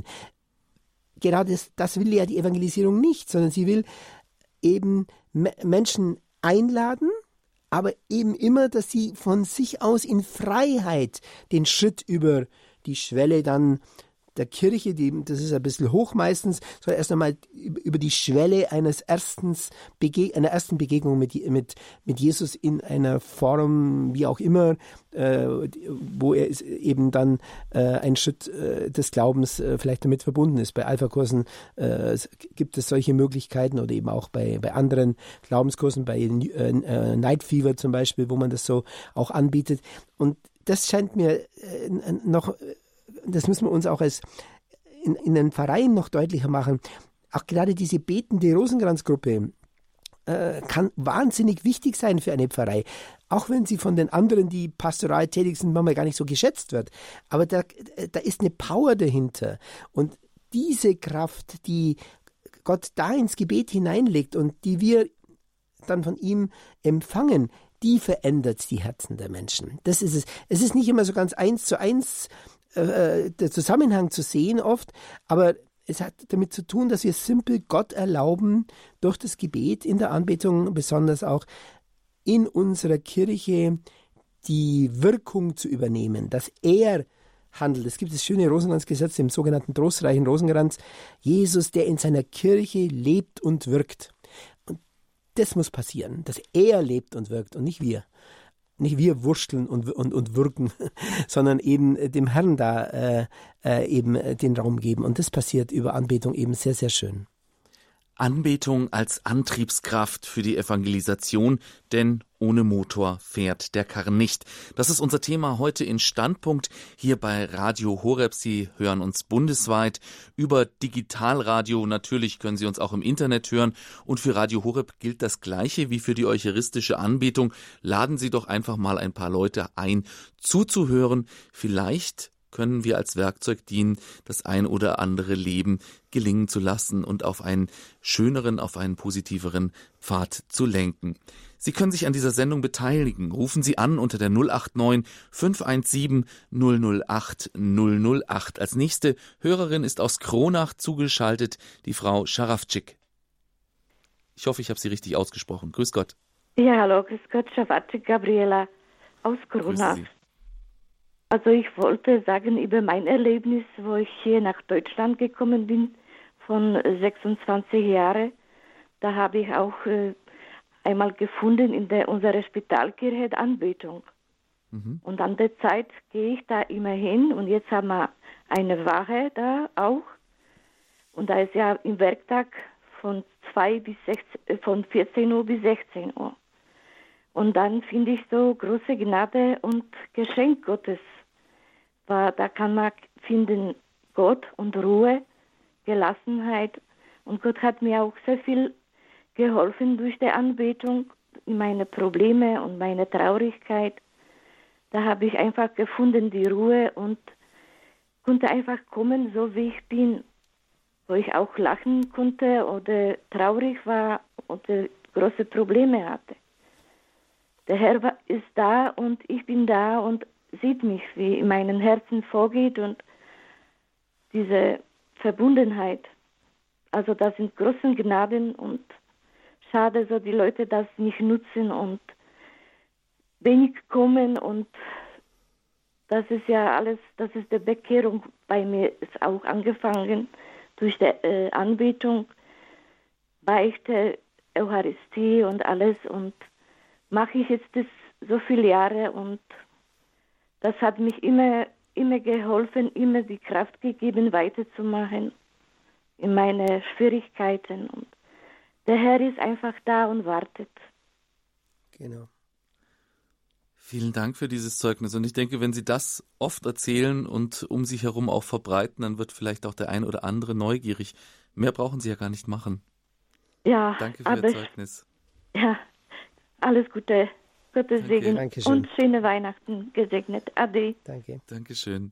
Gerade das, das will ja die Evangelisierung nicht, sondern sie will eben Me- Menschen einladen, aber eben immer, dass sie von sich aus in Freiheit den Schritt über die Schwelle dann der Kirche, die, das ist ein bisschen hoch meistens, soll erst einmal über die Schwelle eines erstens Bege- einer ersten Begegnung mit, mit, mit Jesus in einer Form, wie auch immer, äh, wo er ist, eben dann äh, ein Schritt äh, des Glaubens äh, vielleicht damit verbunden ist. Bei Alpha-Kursen äh, gibt es solche Möglichkeiten oder eben auch bei, bei anderen Glaubenskursen, bei äh, Night Fever zum Beispiel, wo man das so auch anbietet. Und das scheint mir äh, noch das müssen wir uns auch als in, in den Pfarreien noch deutlicher machen. Auch gerade diese betende Rosenkranzgruppe äh, kann wahnsinnig wichtig sein für eine Pfarrei. Auch wenn sie von den anderen, die pastoral tätig sind, manchmal gar nicht so geschätzt wird. Aber da, da ist eine Power dahinter. Und diese Kraft, die Gott da ins Gebet hineinlegt und die wir dann von ihm empfangen, die verändert die Herzen der Menschen. Das ist es. Es ist nicht immer so ganz eins zu eins der Zusammenhang zu sehen oft, aber es hat damit zu tun, dass wir simpel Gott erlauben, durch das Gebet in der Anbetung, besonders auch in unserer Kirche, die Wirkung zu übernehmen, dass er handelt. Es gibt das schöne Rosenkranzgesetz im sogenannten trostreichen Rosenkranz. Jesus, der in seiner Kirche lebt und wirkt. Und das muss passieren, dass er lebt und wirkt und nicht wir. Nicht wir wursteln und, und, und wirken, sondern eben dem Herrn da äh, äh, eben den Raum geben. Und das passiert über Anbetung eben sehr, sehr schön. Anbetung als Antriebskraft für die Evangelisation, denn ohne Motor fährt der Karren nicht. Das ist unser Thema heute in Standpunkt hier bei Radio Horeb. Sie hören uns bundesweit über Digitalradio. Natürlich können Sie uns auch im Internet hören. Und für Radio Horeb gilt das Gleiche wie für die eucharistische Anbetung. Laden Sie doch einfach mal ein paar Leute ein, zuzuhören. Vielleicht können wir als Werkzeug dienen, das ein oder andere Leben gelingen zu lassen und auf einen schöneren, auf einen positiveren Pfad zu lenken. Sie können sich an dieser Sendung beteiligen. Rufen Sie an unter der null acht neun fünf eins sieben null null acht null null acht. Als nächste Hörerin ist aus Kronach zugeschaltet die Frau Scharafczyk. Ich hoffe, ich habe sie richtig ausgesprochen. Grüß Gott. Ja, hallo, grüß Gott, Scharafczyk Gabriela aus Kronach. Also ich wollte sagen über mein Erlebnis, wo ich hier nach Deutschland gekommen bin, von sechsundzwanzig Jahren. Da habe ich auch äh, einmal gefunden in der unserer Spitalkirche die Anbetung. Mhm. Und an der Zeit gehe ich da immer hin und jetzt haben wir eine Wache da auch. Und da ist ja im Werktag von, zwei bis sechzehn, äh, von vierzehn Uhr bis sechzehn Uhr. Und dann finde ich so große Gnade und Geschenk Gottes. Weil da kann man finden Gott und Ruhe, Gelassenheit. Und Gott hat mir auch sehr viel geholfen durch die Anbetung, meine Probleme und meine Traurigkeit. Da habe ich einfach gefunden die Ruhe und konnte einfach kommen, so wie ich bin. Wo ich auch lachen konnte oder traurig war oder große Probleme hatte. Der Herr ist da und ich bin da und sieht mich, wie in meinem Herzen vorgeht und diese Verbundenheit. Also das sind große Gnaden und schade, so die Leute das nicht nutzen und wenig kommen und das ist ja alles, das ist die Bekehrung bei mir, ist auch angefangen durch die äh, Anbetung, Beichte, Eucharistie und alles und mache ich jetzt das so viele Jahre und das hat mich immer, immer geholfen, immer die Kraft gegeben, weiterzumachen in meine Schwierigkeiten. Und der Herr ist einfach da und wartet. Genau. Vielen Dank für dieses Zeugnis. Und ich denke, wenn Sie das oft erzählen und um sich herum auch verbreiten, dann wird vielleicht auch der ein oder andere neugierig. Mehr brauchen Sie ja gar nicht machen. Ja, danke für Ihr Zeugnis. Ja, alles Gute. Gottes Danke. Segen Dankeschön. und schöne Weihnachten gesegnet. Ade. Danke. Dankeschön.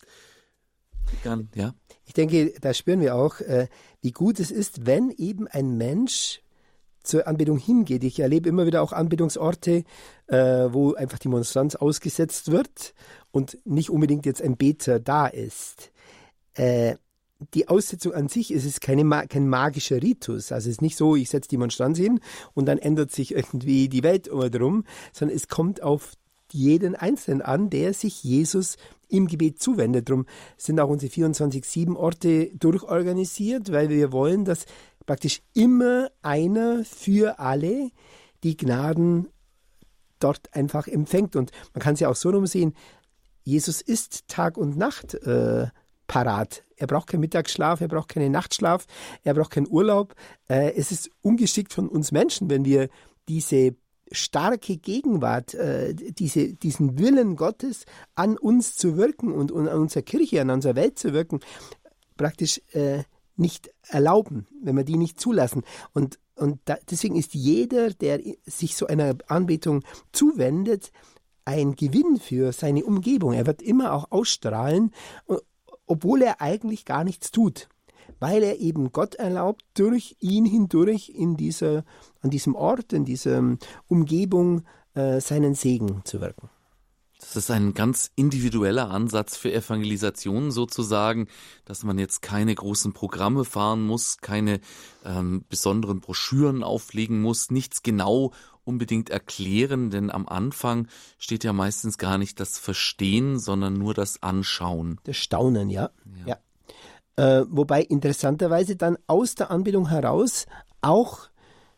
Gern, ja. Ich denke, da spüren wir auch, äh, wie gut es ist, wenn eben ein Mensch zur Anbetung hingeht. Ich erlebe immer wieder auch Anbetungsorte, äh, wo einfach die Monstranz ausgesetzt wird und nicht unbedingt jetzt ein Beter da ist. Äh, die Aussetzung an sich, es ist keine, kein magischer Ritus. Also es ist nicht so, ich setze die Monstranz hin und dann ändert sich irgendwie die Welt drum, sondern es kommt auf jeden Einzelnen an, der sich Jesus im Gebet zuwendet. Darum sind auch unsere vierundzwanzig sieben Orte durchorganisiert, weil wir wollen, dass praktisch immer einer für alle die Gnaden dort einfach empfängt. Und man kann es ja auch so rum sehen, Jesus ist Tag und Nacht äh, parat. Er braucht keinen Mittagsschlaf, er braucht keinen Nachtschlaf, er braucht keinen Urlaub. Äh, es ist ungeschickt von uns Menschen, wenn wir diese starke Gegenwart, äh, diese, diesen Willen Gottes an uns zu wirken und, und an unserer Kirche, an unserer Welt zu wirken, praktisch äh, nicht erlauben, wenn wir die nicht zulassen. Und, und da, deswegen ist jeder, der sich so einer Anbetung zuwendet, ein Gewinn für seine Umgebung. Er wird immer auch ausstrahlen, obwohl er eigentlich gar nichts tut, weil er eben Gott erlaubt, durch ihn hindurch in dieser, an diesem Ort, in dieser Umgebung äh, seinen Segen zu wirken. Das ist ein ganz individueller Ansatz für Evangelisation sozusagen, dass man jetzt keine großen Programme fahren muss, keine ähm, besonderen Broschüren auflegen muss, nichts genau unbedingt erklären, denn am Anfang steht ja meistens gar nicht das Verstehen, sondern nur das Anschauen. Das Staunen, ja. ja. ja. Äh, wobei interessanterweise dann aus der Anbetung heraus auch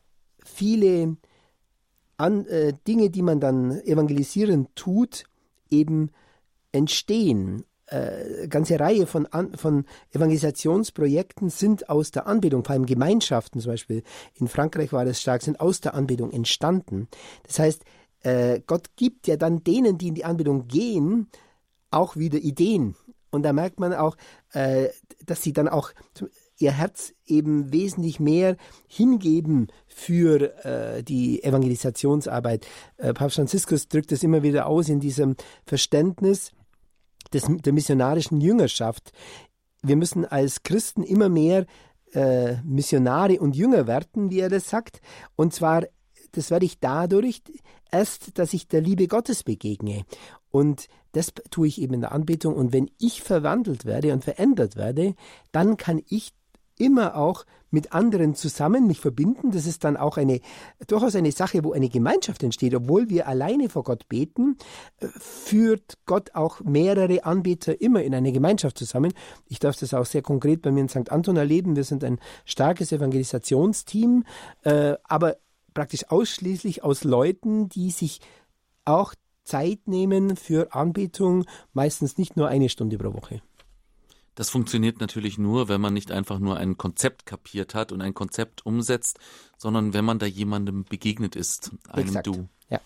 viele an, äh, Dinge, die man dann evangelisieren tut, eben entstehen. Äh, ganze Reihe von, an, von Evangelisationsprojekten sind aus der Anbetung, vor allem Gemeinschaften zum Beispiel, in Frankreich war das stark, sind aus der Anbetung entstanden. Das heißt, äh, Gott gibt ja dann denen, die in die Anbetung gehen, auch wieder Ideen. Und da merkt man auch, äh, dass sie dann auch ihr Herz eben wesentlich mehr hingeben für äh, die Evangelisationsarbeit. Äh, Papst Franziskus drückt das immer wieder aus in diesem Verständnis des, der missionarischen Jüngerschaft. Wir müssen als Christen immer mehr äh, Missionare und Jünger werden, wie er das sagt. Und zwar, das werde ich dadurch erst, dass ich der Liebe Gottes begegne. Und das tue ich eben in der Anbetung. Und wenn ich verwandelt werde und verändert werde, dann kann ich immer auch mit anderen zusammen mich verbinden. Das ist dann auch eine durchaus eine Sache, wo eine Gemeinschaft entsteht. Obwohl wir alleine vor Gott beten, führt Gott auch mehrere Anbeter immer in eine Gemeinschaft zusammen. Ich darf das auch sehr konkret bei mir in Sankt Anton erleben. Wir sind ein starkes Evangelisationsteam, äh, aber praktisch ausschließlich aus Leuten, die sich auch Zeit nehmen für Anbetung, meistens nicht nur eine Stunde pro Woche. Das funktioniert natürlich nur, wenn man nicht einfach nur ein Konzept kapiert hat und ein Konzept umsetzt, sondern wenn man da jemandem begegnet ist, einem Exakt. Du. Ja.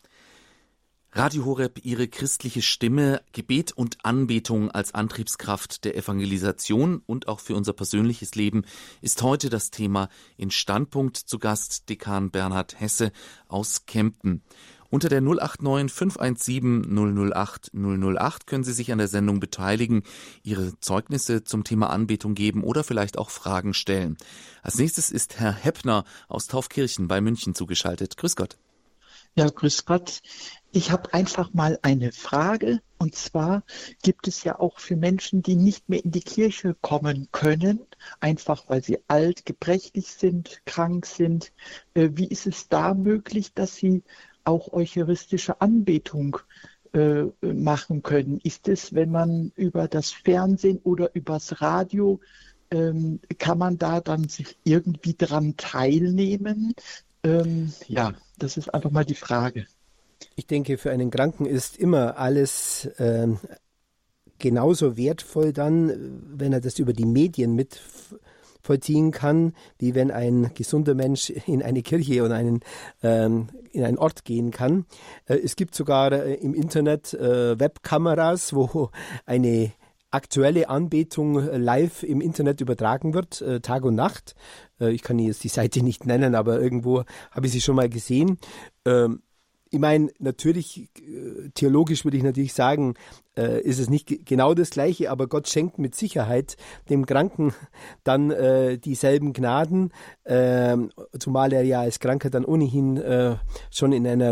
Radio Horeb, Ihre christliche Stimme, Gebet und Anbetung als Antriebskraft der Evangelisation und auch für unser persönliches Leben ist heute das Thema in Standpunkt. Zu Gast Dekan Bernhard Hesse aus Kempten. Unter der null acht neun fünf eins sieben null null acht null null acht können Sie sich an der Sendung beteiligen, Ihre Zeugnisse zum Thema Anbetung geben oder vielleicht auch Fragen stellen. Als nächstes ist Herr Heppner aus Taufkirchen bei München zugeschaltet. Grüß Gott. Ja, grüß Gott. Ich habe einfach mal eine Frage. Und zwar gibt es ja auch für Menschen, die nicht mehr in die Kirche kommen können, einfach weil sie alt, gebrechlich sind, krank sind. Äh, wie ist es da möglich, dass sie auch eucharistische Anbetung äh, machen können? Ist es, wenn man über das Fernsehen oder übers Radio, ähm, kann man da dann sich irgendwie dran teilnehmen? Ähm, ja, das ist einfach mal die Frage. Ich denke, für einen Kranken ist immer alles äh, genauso wertvoll dann, wenn er das über die Medien mit vollziehen kann, wie wenn ein gesunder Mensch in eine Kirche oder einen, ähm, in einen Ort gehen kann. Äh, es gibt sogar äh, im Internet äh, Webkameras, wo eine aktuelle Anbetung live im Internet übertragen wird, äh, Tag und Nacht. Äh, ich kann jetzt die Seite nicht nennen, aber irgendwo habe ich sie schon mal gesehen. Ähm, Ich meine, natürlich, theologisch würde ich natürlich sagen, äh, ist es nicht g- genau das Gleiche, aber Gott schenkt mit Sicherheit dem Kranken dann äh, dieselben Gnaden, äh, zumal er ja als Kranker dann ohnehin äh, schon in einer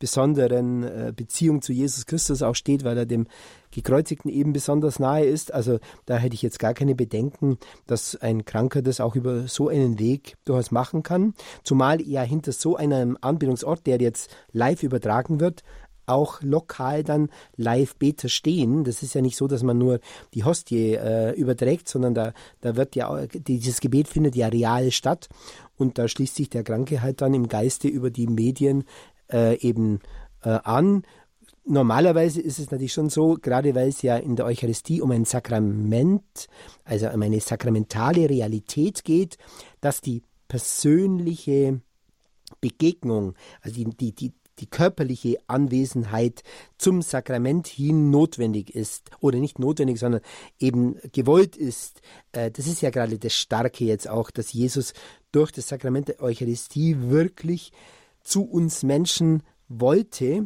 besonderen äh, Beziehung zu Jesus Christus auch steht, weil er dem Gekreuzigten eben besonders nahe ist. Also da hätte ich jetzt gar keine Bedenken, dass ein Kranker das auch über so einen Weg durchaus machen kann. Zumal ja hinter so einem Anbetungsort, der jetzt live übertragen wird, auch lokal dann Live-Beter stehen. Das ist ja nicht so, dass man nur die Hostie äh, überträgt, sondern da, da wird ja, dieses Gebet findet ja real statt und da schließt sich der Kranke halt dann im Geiste über die Medien äh, eben äh, an. Normalerweise ist es natürlich schon so, gerade weil es ja in der Eucharistie um ein Sakrament, also um eine sakramentale Realität geht, dass die persönliche Begegnung, also die, die, die die körperliche Anwesenheit zum Sakrament hin notwendig ist oder nicht notwendig, sondern eben gewollt ist. Das ist ja gerade das Starke jetzt auch, dass Jesus durch das Sakrament der Eucharistie wirklich zu uns Menschen wollte,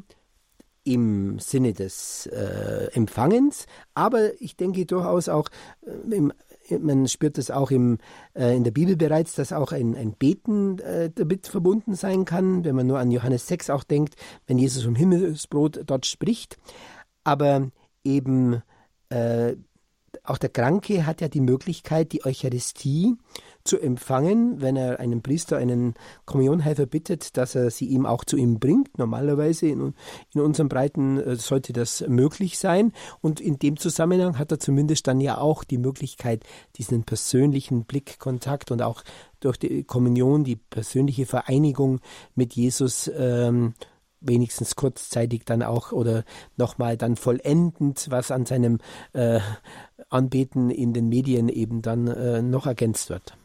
im Sinne des äh, Empfangens, aber ich denke durchaus auch, äh, im, man spürt das auch im, äh, in der Bibel bereits, dass auch ein, ein Beten äh, damit verbunden sein kann, wenn man nur an Johannes sechs auch denkt, wenn Jesus vom Himmelsbrot dort spricht. Aber eben äh, auch der Kranke hat ja die Möglichkeit, die Eucharistie zu empfangen, wenn er einen Priester, einen Kommunionhelfer bittet, dass er sie ihm auch zu ihm bringt. Normalerweise in, in unseren Breiten äh, sollte das möglich sein. Und in dem Zusammenhang hat er zumindest dann ja auch die Möglichkeit, diesen persönlichen Blickkontakt und auch durch die Kommunion, die persönliche Vereinigung mit Jesus ähm, wenigstens kurzzeitig dann auch oder nochmal dann vollendend, was an seinem äh, Anbeten in den Medien eben dann äh, noch ergänzt wird.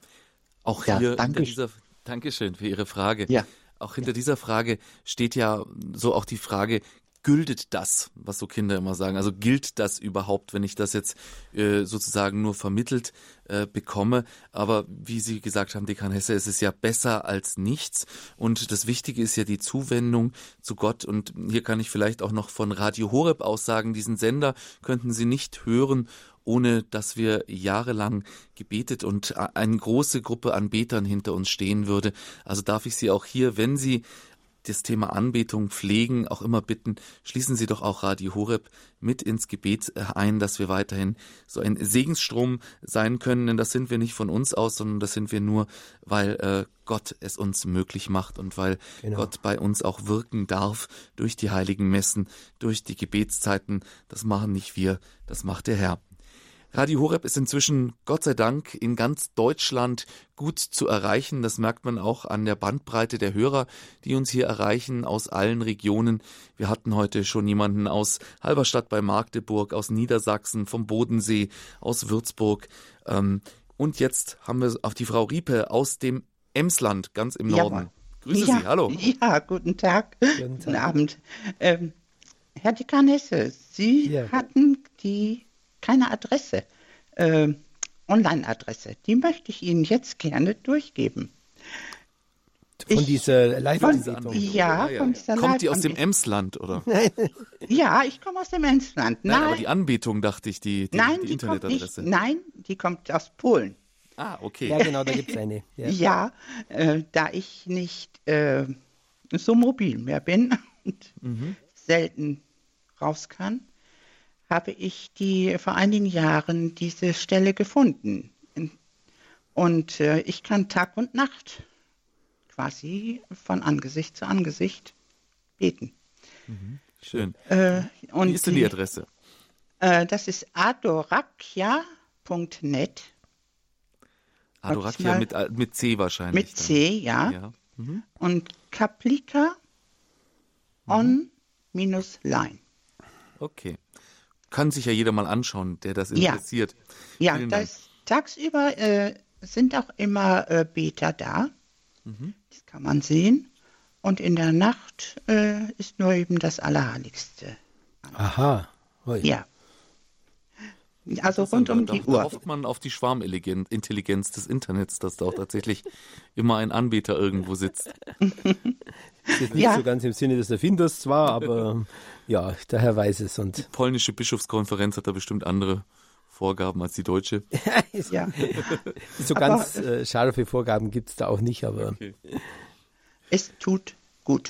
Auch ja, hier danke. hinter dieser, Dankeschön für Ihre Frage. Ja. Auch hinter ja. dieser Frage steht ja so auch die Frage, gilt das, was so Kinder immer sagen? Also gilt das überhaupt, wenn ich das jetzt äh, sozusagen nur vermittelt äh, bekomme? Aber wie Sie gesagt haben, Dekan Hesse, es ist ja besser als nichts. Und das Wichtige ist ja die Zuwendung zu Gott. Und hier kann ich vielleicht auch noch von Radio Horeb aus sagen, diesen Sender könnten Sie nicht hören, ohne dass wir jahrelang gebetet und eine große Gruppe an Betern hinter uns stehen würde. Also darf ich Sie auch hier, wenn Sie das Thema Anbetung pflegen, auch immer bitten, schließen Sie doch auch Radio Horeb mit ins Gebet ein, dass wir weiterhin so ein Segensstrom sein können, denn das sind wir nicht von uns aus, sondern das sind wir nur, weil äh, Gott es uns möglich macht und weil genau. Gott bei uns auch wirken darf durch die heiligen Messen, durch die Gebetszeiten. Das machen nicht wir, das macht der Herr. Radio Horeb ist inzwischen, Gott sei Dank, in ganz Deutschland gut zu erreichen. Das merkt man auch an der Bandbreite der Hörer, die uns hier erreichen aus allen Regionen. Wir hatten heute schon jemanden aus Halberstadt bei Magdeburg, aus Niedersachsen, vom Bodensee, aus Würzburg. Und jetzt haben wir auf die Frau Riepe aus dem Emsland, ganz im Norden. Jawohl. Grüße ja, Sie, hallo. Ja, guten Tag, Guten Tag. guten Abend. Ähm, Herr Dekan Hesse, Sie Ja. hatten die keine Adresse, äh, Online-Adresse. Die möchte ich Ihnen jetzt gerne durchgeben. Von Ich- dieser Live-Anbetung. Ja, von dieser Kommt die aus dem Live-Anbetung. Emsland, oder? Ja, ich komme aus dem Emsland. Nein, Nein, aber die Anbetung, dachte ich, die, die, nein, die die kommt nicht. Internetadresse. Nein, die kommt aus Polen. Ah, okay. Ja, genau, da gibt es eine. Ja. Ja, äh, da ich nicht äh, so mobil mehr bin und Mhm. selten raus kann, habe ich die vor einigen Jahren diese Stelle gefunden. Und äh, ich kann Tag und Nacht quasi von Angesicht zu Angesicht beten. Schön. Äh, und Wie ist denn die Adresse? Äh, das ist adorakia punkt net Adorakia mal- mit, äh, mit C wahrscheinlich. mit C, ja. Ja. Mhm. Und Kaplika on minus line. Okay. Kann sich ja jeder mal anschauen, der das Ja. interessiert. Ja, Vielen da Dank. ist, tagsüber äh, sind auch immer äh, Beter da. Mhm. Das kann man sehen. Und in der Nacht äh, ist nur eben das Allerheiligste. Aha. Ui. Ja. Also rund um da, die da Uhr. hofft man auf die Schwarmintelligenz des Internets, dass da auch tatsächlich immer ein Anbeter irgendwo sitzt. Ist jetzt nicht Ja. so ganz im Sinne des Erfinders zwar, aber ja, der Herr weiß es. Und Polnische Bischofskonferenz hat da bestimmt andere Vorgaben als die deutsche. Ja. so Aber- ganz äh, scharfe Vorgaben gibt es da auch nicht, aber Okay. Es tut gut.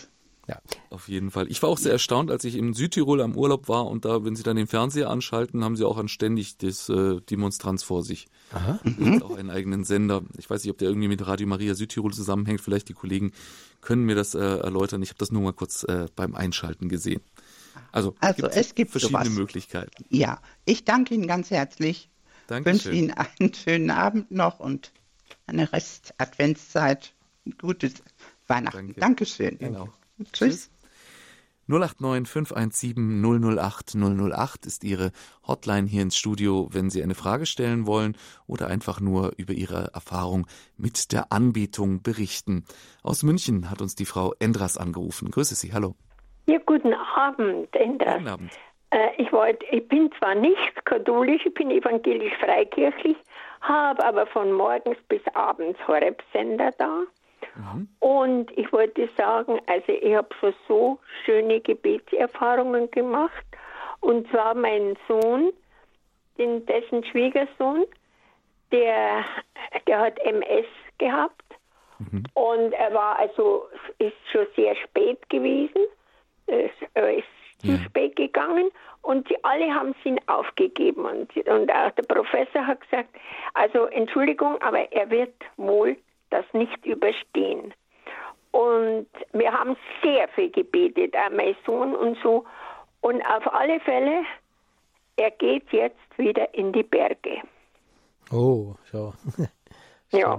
Ja. Auf jeden Fall. Ich war auch sehr erstaunt, als ich in Südtirol am Urlaub war und da, wenn Sie dann den Fernseher anschalten, haben Sie auch anständig das äh, die Monstranz vor sich. Aha. Mhm. Auch einen eigenen Sender. Ich weiß nicht, ob der irgendwie mit Radio Maria Südtirol zusammenhängt. Vielleicht die Kollegen können mir das äh, erläutern. Ich habe das nur mal kurz äh, beim Einschalten gesehen. Also, also es gibt verschiedene sowas. Möglichkeiten. Ja, ich danke Ihnen ganz herzlich. Ich wünsche Ihnen einen schönen Abend noch und eine Rest-Adventszeit. Gutes Weihnachten. Danke. Dankeschön. Genau. Tschüss. null acht neun fünf eins sieben null null acht null null acht ist Ihre Hotline hier ins Studio, wenn Sie eine Frage stellen wollen oder einfach nur über Ihre Erfahrung mit der Anbetung berichten. Aus München hat uns die Frau Endras angerufen. Grüße Sie, hallo. Ja, guten Abend, Endras. Guten Abend. Äh, ich, wollt, ich bin zwar nicht katholisch, ich bin evangelisch-freikirchlich, habe aber von morgens bis abends Horeb-Sender da. Mhm. Und ich wollte sagen, also ich habe so, so schöne Gebetserfahrungen gemacht. Und zwar mein Sohn, den, dessen Schwiegersohn, der, der hat M S gehabt. Mhm. Und er war also, ist schon sehr spät gewesen. Er ist zu ja. spät gegangen und sie alle haben ihn aufgegeben. Und, und auch der Professor hat gesagt, also Entschuldigung, aber er wird wohl das nicht überstehen. Und wir haben sehr viel gebetet, auch mein Sohn und so. Und auf alle Fälle, er geht jetzt wieder in die Berge. Oh, so. Ja.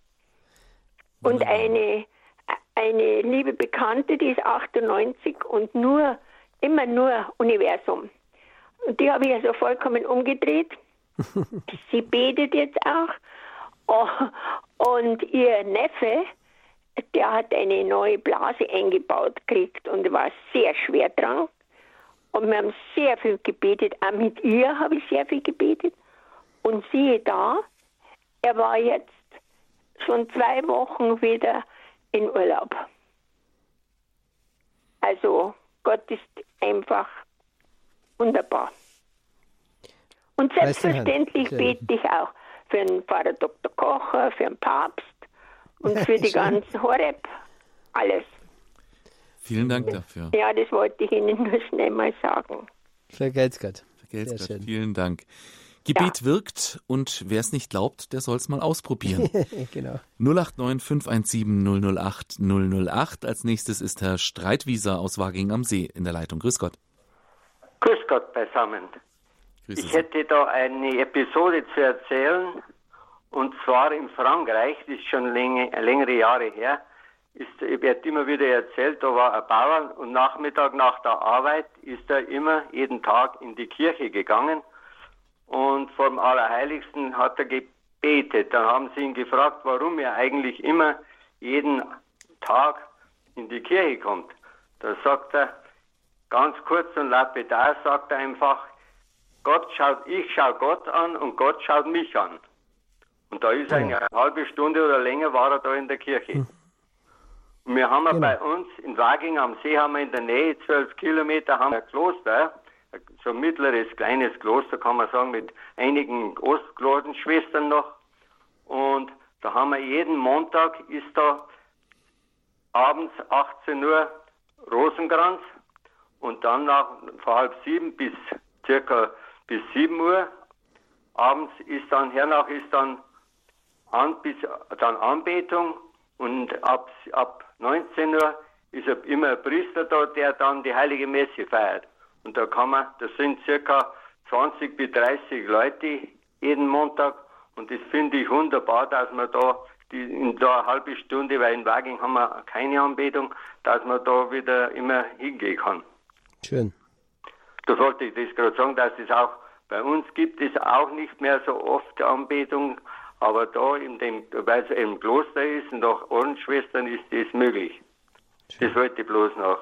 Und eine, eine liebe Bekannte, die ist achtundneunzig und nur, immer nur Universum. Und die habe ich also vollkommen umgedreht. Sie betet jetzt auch. Oh, und ihr Neffe, der hat eine neue Blase eingebaut gekriegt und war sehr schwer dran. Und wir haben sehr viel gebetet. Auch mit ihr habe ich sehr viel gebetet. Und siehe da, er war jetzt schon zwei Wochen wieder in Urlaub. Also Gott ist einfach wunderbar. Und selbstverständlich bete ich auch für den Pfarrer Doktor Kocher, für den Papst und für die ganzen Horeb, alles. Vielen Dank dafür. Ja, das wollte ich Ihnen nur schnell mal sagen. Vergelt's Gott. Vergelt's Gott. Vielen Dank. Gebet ja. wirkt und wer es nicht glaubt, der soll es mal ausprobieren. Genau. null acht neun fünf eins sieben null null acht null null acht. Als nächstes ist Herr Streitwieser aus Waging am See in der Leitung. Grüß Gott. Grüß Gott beisammen. Grüße ich Sie. Hätte da eine Episode zu erzählen, und zwar in Frankreich, das ist schon länger, längere Jahre her, ist, wird immer wieder erzählt, da war ein Bauer und Nachmittag nach der Arbeit ist er immer jeden Tag in die Kirche gegangen und vor dem Allerheiligsten hat er gebetet. Dann haben sie ihn gefragt, warum er eigentlich immer jeden Tag in die Kirche kommt. Da sagt er, ganz kurz und lapidar, sagt er einfach, Gott schaut, ich schaue Gott an und Gott schaut mich an. Und da ist er genau. eine halbe Stunde oder länger war er da in der Kirche. Hm. Und wir haben genau. bei uns in Waging am See haben wir in der Nähe, zwölf Kilometer, haben wir ein Kloster, so ein mittleres, kleines Kloster, kann man sagen, mit einigen Ostglosenschwestern noch. Und da haben wir jeden Montag, ist da abends achtzehn Uhr Rosenkranz und dann nach von halb sieben bis circa bis sieben Uhr abends ist dann, hernach ist dann, an, bis, dann Anbetung und ab, ab neunzehn Uhr ist immer ein Priester da, der dann die Heilige Messe feiert. Und da kann man, das sind circa zwanzig bis dreißig Leute jeden Montag und das finde ich wunderbar, dass man da die, in da eine halbe Stunde, weil in Waging haben wir keine Anbetung, dass man da wieder immer hingehen kann. Schön. Da sollte ich das gerade sagen, dass es auch bei uns gibt es auch nicht mehr so oft Anbetung, aber da in dem, weil es im Kloster ist und auch Ordensschwestern ist das möglich. Schön. Das wollte ich bloß noch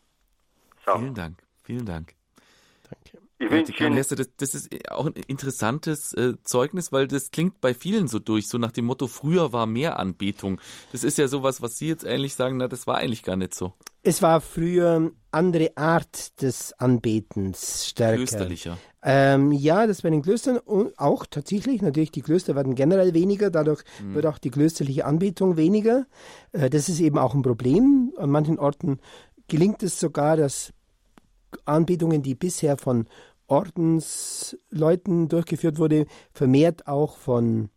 sagen. Vielen Dank, vielen Dank. Danke. Ich wünsche Ihnen, das, das ist auch ein interessantes äh, Zeugnis, weil das klingt bei vielen so durch, so nach dem Motto, früher war mehr Anbetung. Das ist ja sowas, was Sie jetzt eigentlich sagen, na, das war eigentlich gar nicht so. Es war früher andere Art des Anbetens stärker. Klösterlicher. Ähm, ja, das bei den Klöstern und auch tatsächlich, natürlich die Klöster werden generell weniger, dadurch hm. wird auch die klösterliche Anbetung weniger. Äh, das ist eben auch ein Problem. An manchen Orten gelingt es sogar, dass Anbetungen, die bisher von Ordensleuten durchgeführt wurde, vermehrt auch von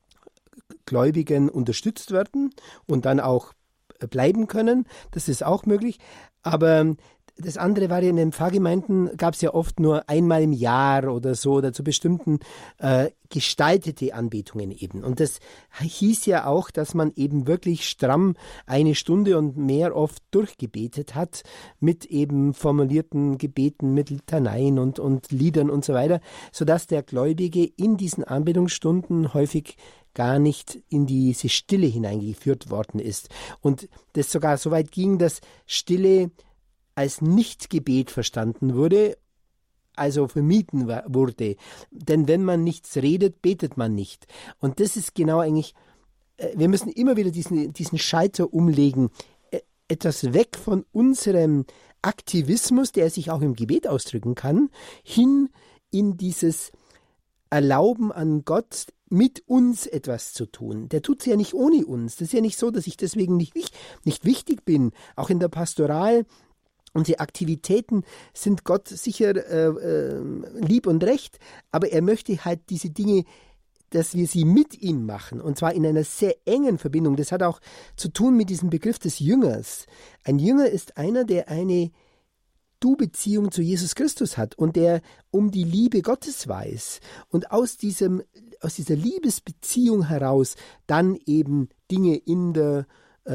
Gläubigen unterstützt werden und dann auch bleiben können. Das ist auch möglich. Aber das andere war ja, in den Pfarrgemeinden gab es ja oft nur einmal im Jahr oder so oder zu bestimmten äh, gestaltete Anbetungen eben. Und das hieß ja auch, dass man eben wirklich stramm eine Stunde und mehr oft durchgebetet hat mit eben formulierten Gebeten, mit Litaneien und, und Liedern und so weiter, sodass der Gläubige in diesen Anbetungsstunden häufig gar nicht in diese Stille hineingeführt worden ist. Und das sogar so weit ging, dass Stille als Nichtgebet verstanden wurde, also vermieden wurde. Denn wenn man nichts redet, betet man nicht. Und das ist genau eigentlich, wir müssen immer wieder diesen, diesen Schalter umlegen, etwas weg von unserem Aktivismus, der sich auch im Gebet ausdrücken kann, hin in dieses Erlauben an Gott, mit uns etwas zu tun. Der tut es ja nicht ohne uns. Das ist ja nicht so, dass ich deswegen nicht, nicht wichtig bin. Auch in der Pastoral, unsere Aktivitäten sind Gott sicher äh, äh, lieb und recht, aber er möchte halt diese Dinge, dass wir sie mit ihm machen, und zwar in einer sehr engen Verbindung. Das hat auch zu tun mit diesem Begriff des Jüngers. Ein Jünger ist einer, der eine Du-Beziehung zu Jesus Christus hat und der um die Liebe Gottes weiß und aus diesem, aus dieser Liebesbeziehung heraus dann eben Dinge in der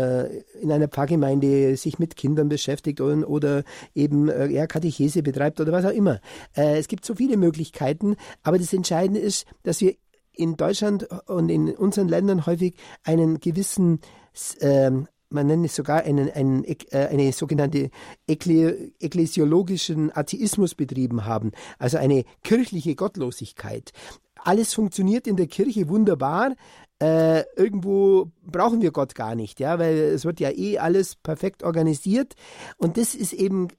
in einer Pfarrgemeinde sich mit Kindern beschäftigt oder, oder eben ja, Katechese betreibt oder was auch immer. Äh, es gibt so viele Möglichkeiten, aber das Entscheidende ist, dass wir in Deutschland und in unseren Ländern häufig einen gewissen, äh, man nennt es sogar einen, einen, äh, eine sogenannte ekle, ekklesiologischen Atheismus betrieben haben, also eine kirchliche Gottlosigkeit. Alles funktioniert in der Kirche wunderbar. Äh, irgendwo brauchen wir Gott gar nicht, ja, weil es wird ja eh alles perfekt organisiert. Und das ist eben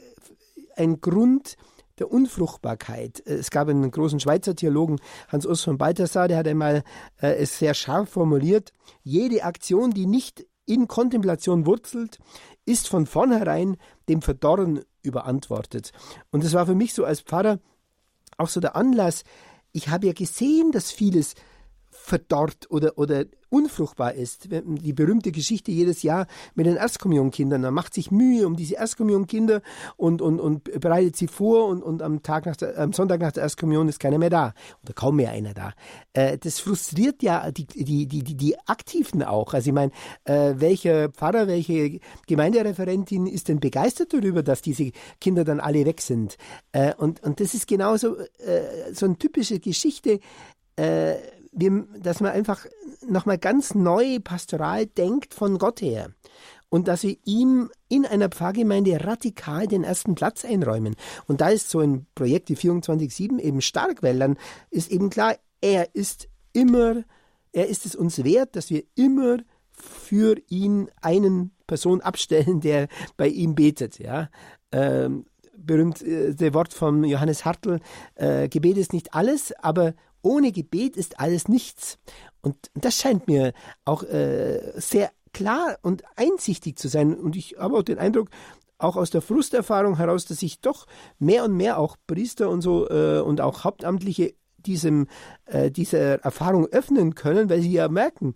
ein Grund der Unfruchtbarkeit. Es gab einen großen Schweizer Theologen, Hans-Urs von Balthasar, der hat einmal äh, es sehr scharf formuliert: Jede Aktion, die nicht in Kontemplation wurzelt, ist von vornherein dem Verdorren überantwortet. Und das war für mich so als Pfarrer auch so der Anlass. Ich habe ja gesehen, dass vieles verdorrt oder, oder unfruchtbar ist. Die berühmte Geschichte jedes Jahr mit den Erstkommunionkindern. Man macht sich Mühe um diese Erstkommunionkinder und, und, und bereitet sie vor und, und am, Tag nach der, am Sonntag nach der Erstkommunion ist keiner mehr da oder kaum mehr einer da. Äh, das frustriert ja die, die, die, die, die Aktiven auch. Also ich meine, äh, welcher Pfarrer, welche Gemeindereferentin ist denn begeistert darüber, dass diese Kinder dann alle weg sind? Äh, und, und das ist genauso äh, so eine typische Geschichte, äh, Wir, dass man einfach nochmal ganz neu pastoral denkt von Gott her und dass wir ihm in einer Pfarrgemeinde radikal den ersten Platz einräumen. Und da ist so ein Projekt wie vierundzwanzig sieben eben stark, weil dann ist eben klar, er ist immer, er ist es uns wert, dass wir immer für ihn einen Person abstellen, der bei ihm betet. Ja, ähm, berühmt äh, das Wort von Johannes Hartl, äh, Gebet ist nicht alles, aber ohne Gebet ist alles nichts. Und das scheint mir auch äh, sehr klar und einsichtig zu sein. Und ich habe auch den Eindruck, auch aus der Frusterfahrung heraus, dass sich doch mehr und mehr auch Priester und so äh, und auch Hauptamtliche diesem, äh, dieser Erfahrung öffnen können, weil sie ja merken,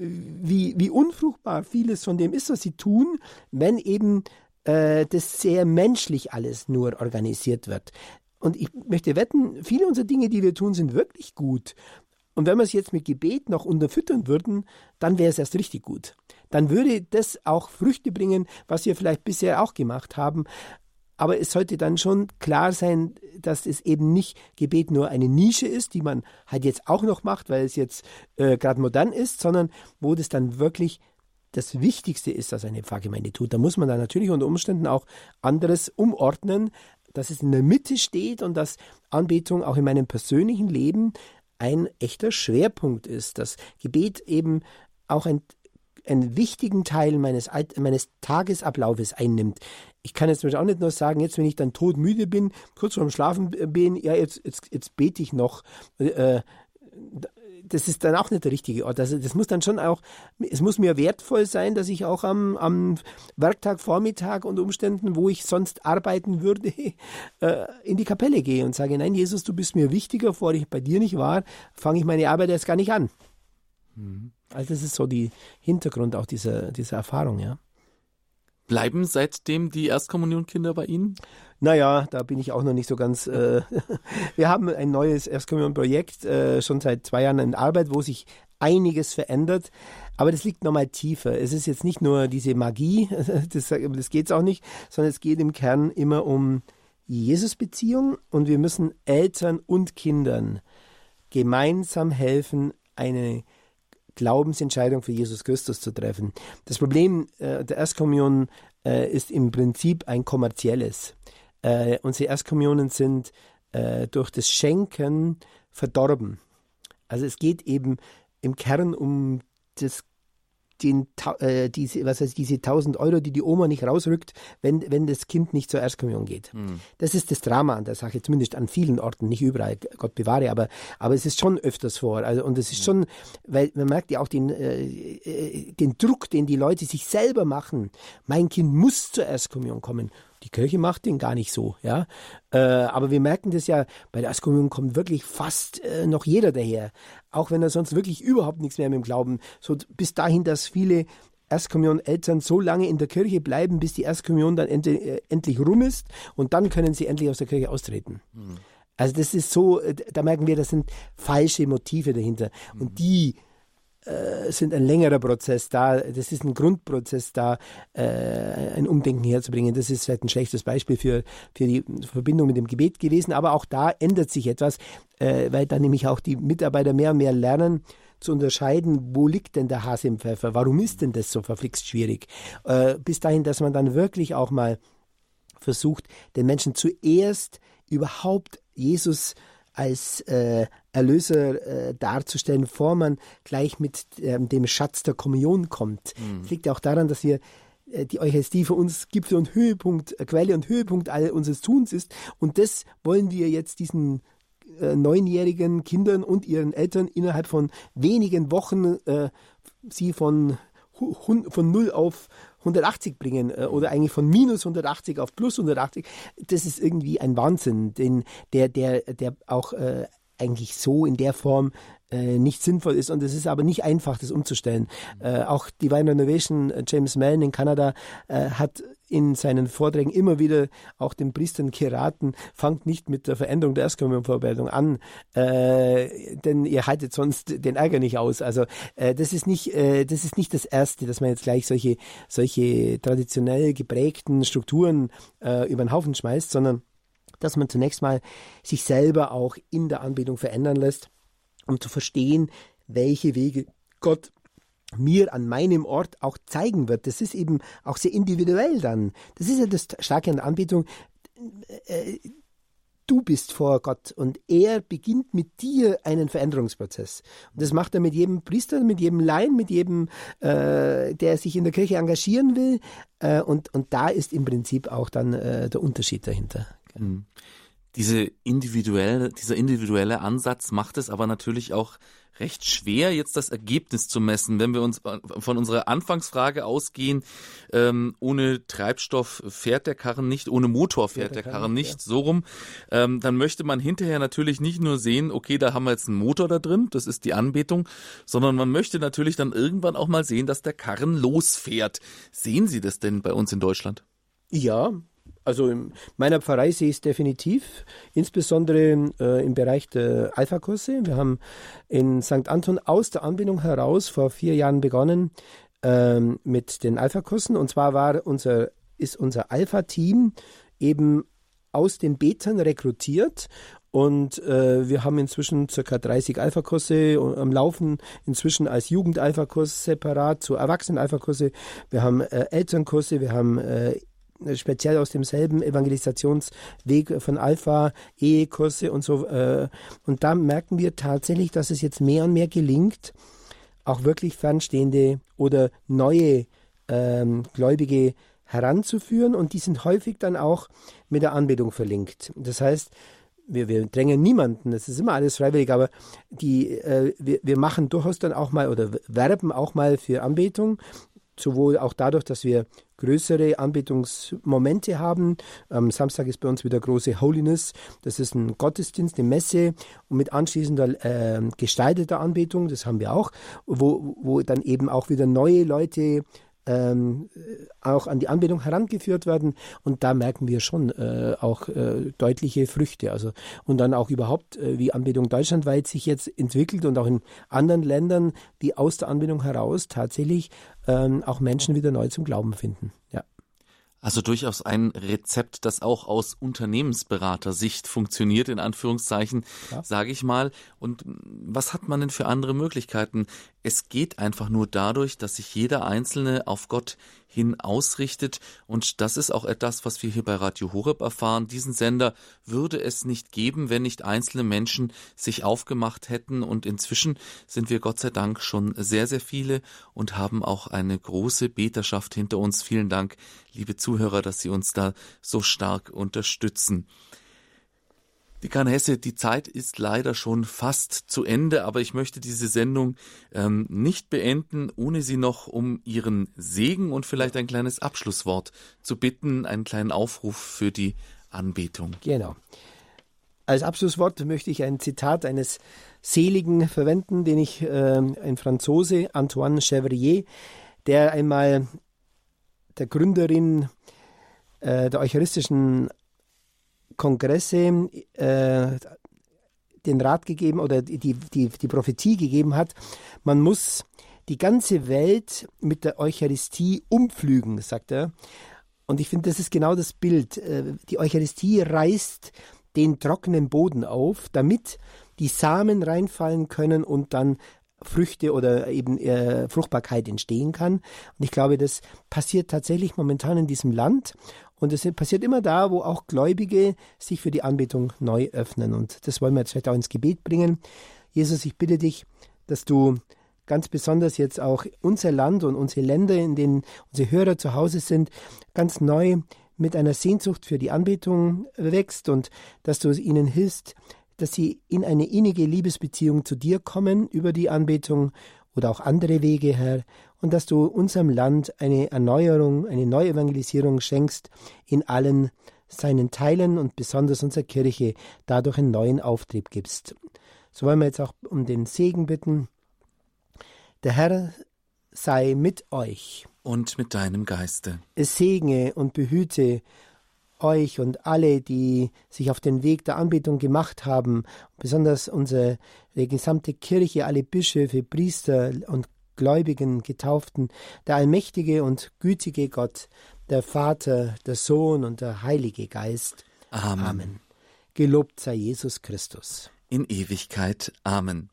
wie, wie unfruchtbar vieles von dem ist, was sie tun, wenn eben äh, das sehr menschlich alles nur organisiert wird. Und ich möchte wetten, viele unserer Dinge, die wir tun, sind wirklich gut. Und wenn wir es jetzt mit Gebet noch unterfüttern würden, dann wäre es erst richtig gut. Dann würde das auch Früchte bringen, was wir vielleicht bisher auch gemacht haben. Aber es sollte dann schon klar sein, dass es eben nicht Gebet nur eine Nische ist, die man halt jetzt auch noch macht, weil es jetzt äh, gerade modern ist, sondern wo das dann wirklich das Wichtigste ist, was eine Pfarrgemeinde tut. Da muss man dann natürlich unter Umständen auch anderes umordnen, dass es in der Mitte steht und dass Anbetung auch in meinem persönlichen Leben ein echter Schwerpunkt ist, dass Gebet eben auch ein, einen wichtigen Teil meines, meines Tagesablaufes einnimmt. Ich kann jetzt auch nicht nur sagen, jetzt wenn ich dann todmüde bin, kurz vorm Schlafen bin, ja, jetzt, jetzt, jetzt bete ich noch. Äh, das ist dann auch nicht der richtige Ort. Also das muss dann schon auch, es muss mir wertvoll sein, dass ich auch am, am Werktag, Vormittag und Umständen, wo ich sonst arbeiten würde, äh, in die Kapelle gehe und sage, nein, Jesus, du bist mir wichtiger, bevor ich bei dir nicht war, fange ich meine Arbeit erst gar nicht an. Mhm. Also das ist so die Hintergrund auch dieser, dieser Erfahrung, ja. Bleiben seitdem die Erstkommunionkinder bei Ihnen? Naja, da bin ich auch noch nicht so ganz. Äh, wir haben ein neues Erstkommunionprojekt äh, schon seit zwei Jahren in Arbeit, wo sich einiges verändert. Aber das liegt nochmal tiefer. Es ist jetzt nicht nur diese Magie, das, das geht es auch nicht, sondern es geht im Kern immer um Jesus-Beziehung. Und wir müssen Eltern und Kindern gemeinsam helfen, eine Glaubensentscheidung für Jesus Christus zu treffen. Das Problem äh, der Erstkommunion äh, ist im Prinzip ein kommerzielles. Äh, unsere Erstkommunionen sind äh, durch das Schenken verdorben. Also es geht eben im Kern um das Den, äh, diese, was heißt, diese tausend Euro, die die Oma nicht rausrückt, wenn, wenn das Kind nicht zur Erstkommunion geht. Mhm. Das ist das Drama an der Sache, zumindest an vielen Orten, nicht überall, Gott bewahre, aber, aber es ist schon öfters vor. Also, und es ist mhm. schon, weil man merkt ja auch den, äh, den Druck, den die Leute sich selber machen. Mein Kind muss zur Erstkommunion kommen. Die Kirche macht den gar nicht so, ja. Äh, aber wir merken das ja, bei der Erstkommunion kommt wirklich fast äh, noch jeder daher. Auch wenn er sonst wirklich überhaupt nichts mehr mit dem Glauben, so bis dahin, dass viele Erstkommunion-Eltern so lange in der Kirche bleiben, bis die Erstkommunion dann end, äh, endlich rum ist und dann können sie endlich aus der Kirche austreten. Mhm. Also das ist so, da merken wir, das sind falsche Motive dahinter. Mhm. Und die sind ein längerer Prozess da, das ist ein Grundprozess da, äh, ein Umdenken herzubringen. Das ist vielleicht ein schlechtes Beispiel für, für die Verbindung mit dem Gebet gewesen, aber auch da ändert sich etwas, äh, weil dann nämlich auch die Mitarbeiter mehr und mehr lernen zu unterscheiden, wo liegt denn der Hase im Pfeffer, warum ist denn das so verflixt schwierig, äh, bis dahin, dass man dann wirklich auch mal versucht, den Menschen zuerst überhaupt Jesus als äh, Erlöser äh, darzustellen, bevor man gleich mit ähm, dem Schatz der Kommunion kommt. Es mhm. liegt ja auch daran, dass wir äh, die Eucharistie für uns Gipfel und Höhepunkt, äh, Quelle und Höhepunkt all unseres Tuns ist. Und das wollen wir jetzt diesen äh, neunjährigen Kindern und ihren Eltern innerhalb von wenigen Wochen äh, sie von von null auf hundertachtzig bringen äh, oder eigentlich von minus hundertachtzig auf plus hundertachtzig, das ist irgendwie ein Wahnsinn, den, der, der, der auch äh, eigentlich so in der Form äh, nicht sinnvoll ist und es ist aber nicht einfach, das umzustellen. Äh, auch Divine Renovation, äh, James Mellon in Kanada äh, hat in seinen Vorträgen immer wieder auch den Priestern geraten, fangt nicht mit der Veränderung der Erstkommunionvorbereitung an, äh, denn ihr haltet sonst den Ärger nicht aus. Also äh, das ist nicht, äh, das ist nicht das Erste, dass man jetzt gleich solche, solche traditionell geprägten Strukturen äh, über den Haufen schmeißt, sondern dass man zunächst mal sich selber auch in der Anbetung verändern lässt, um zu verstehen, welche Wege Gott mir an meinem Ort auch zeigen wird. Das ist eben auch sehr individuell dann. Das ist ja das Starke an der Anbetung. Du bist vor Gott und er beginnt mit dir einen Veränderungsprozess. Und das macht er mit jedem Priester, mit jedem Laien, mit jedem, äh, der sich in der Kirche engagieren will. Äh, und, und da ist im Prinzip auch dann äh, der Unterschied dahinter. Mhm. Diese individuelle, dieser individuelle Ansatz macht es aber natürlich auch recht schwer, jetzt das Ergebnis zu messen. Wenn wir uns von unserer Anfangsfrage ausgehen, ähm, ohne Treibstoff fährt der Karren nicht, ohne Motor fährt der, der Karren nicht, ja. so rum, ähm, dann möchte man hinterher natürlich nicht nur sehen, okay, da haben wir jetzt einen Motor da drin, das ist die Anbetung, sondern man möchte natürlich dann irgendwann auch mal sehen, dass der Karren losfährt. Sehen Sie das denn bei uns in Deutschland? Ja, also in meiner Pfarrei sehe ich es definitiv, insbesondere äh, im Bereich der Alpha-Kurse. Wir haben in Sankt Anton aus der Anbindung heraus vor vier Jahren begonnen ähm, mit den Alpha-Kursen. Und zwar war unser, ist unser Alpha-Team eben aus den Betern rekrutiert. Und äh, wir haben inzwischen ca. dreißig Alpha-Kurse am Laufen, inzwischen als Jugend-Alpha-Kurs separat zu Erwachsenen-Alpha-Kurse. Wir haben äh, Elternkurse, wir haben äh, speziell aus demselben Evangelisationsweg von Alpha, Ehekurse und so. Und da merken wir tatsächlich, dass es jetzt mehr und mehr gelingt, auch wirklich fernstehende oder neue ähm, Gläubige heranzuführen. Und die sind häufig dann auch mit der Anbetung verlinkt. Das heißt, wir, wir drängen niemanden, das ist immer alles freiwillig, aber die, äh, wir, wir machen durchaus dann auch mal oder werben auch mal für Anbetung, sowohl auch dadurch, dass wir größere Anbetungsmomente haben. Am Samstag ist bei uns wieder große Holiness. Das ist ein Gottesdienst, eine Messe und mit anschließender äh, gestalteter Anbetung, das haben wir auch, wo, wo dann eben auch wieder neue Leute ähm, auch an die Anbetung herangeführt werden. Und da merken wir schon äh, auch äh, deutliche Früchte. Also, und dann auch überhaupt, äh, wie Anbetung deutschlandweit sich jetzt entwickelt und auch in anderen Ländern, wie aus der Anbetung heraus tatsächlich ähm, auch Menschen wieder neu zum Glauben finden. Ja. Also durchaus ein Rezept, das auch aus Unternehmensberatersicht funktioniert, in Anführungszeichen, ja. sage ich mal. Und was hat man denn für andere Möglichkeiten? Es geht einfach nur dadurch, dass sich jeder Einzelne auf Gott hin ausrichtet. Und das ist auch etwas, was wir hier bei Radio Horeb erfahren. Diesen Sender würde es nicht geben, wenn nicht einzelne Menschen sich aufgemacht hätten. Und inzwischen sind wir Gott sei Dank schon sehr, sehr viele und haben auch eine große Beterschaft hinter uns. Vielen Dank, liebe Zuhörer, dass Sie uns da so stark unterstützen. Dekan Hesse, die Zeit ist leider schon fast zu Ende, aber ich möchte diese Sendung ähm, nicht beenden, ohne Sie noch um Ihren Segen und vielleicht ein kleines Abschlusswort zu bitten, einen kleinen Aufruf für die Anbetung. Genau. Als Abschlusswort möchte ich ein Zitat eines Seligen verwenden, den ich, äh, ein Franzose, Antoine Chevrier, der einmal der Gründerin äh, der eucharistischen Kongresse äh, den Rat gegeben oder die, die, die Prophetie gegeben hat, man muss die ganze Welt mit der Eucharistie umpflügen, sagt er. Und ich finde, das ist genau das Bild. Die Eucharistie reißt den trockenen Boden auf, damit die Samen reinfallen können und dann Früchte oder eben äh, Fruchtbarkeit entstehen kann. Und ich glaube, das passiert tatsächlich momentan in diesem Land. Und es passiert immer da, wo auch Gläubige sich für die Anbetung neu öffnen. Und das wollen wir jetzt vielleicht auch ins Gebet bringen. Jesus, ich bitte dich, dass du ganz besonders jetzt auch unser Land und unsere Länder, in denen unsere Hörer zu Hause sind, ganz neu mit einer Sehnsucht für die Anbetung wächst und dass du ihnen hilfst, dass sie in eine innige Liebesbeziehung zu dir kommen über die Anbetung oder auch andere Wege, Herr, und dass du unserem Land eine Erneuerung, eine Neuevangelisierung schenkst in allen seinen Teilen und besonders unserer Kirche dadurch einen neuen Auftrieb gibst. So wollen wir jetzt auch um den Segen bitten. Der Herr sei mit euch. Und mit deinem Geiste. Es segne und behüte euch und alle, die sich auf den Weg der Anbetung gemacht haben, besonders unsere gesamte Kirche, alle Bischöfe, Priester und Gläubigen, Getauften, der allmächtige und gütige Gott, der Vater, der Sohn und der Heilige Geist. Amen. Amen. Gelobt sei Jesus Christus. In Ewigkeit. Amen.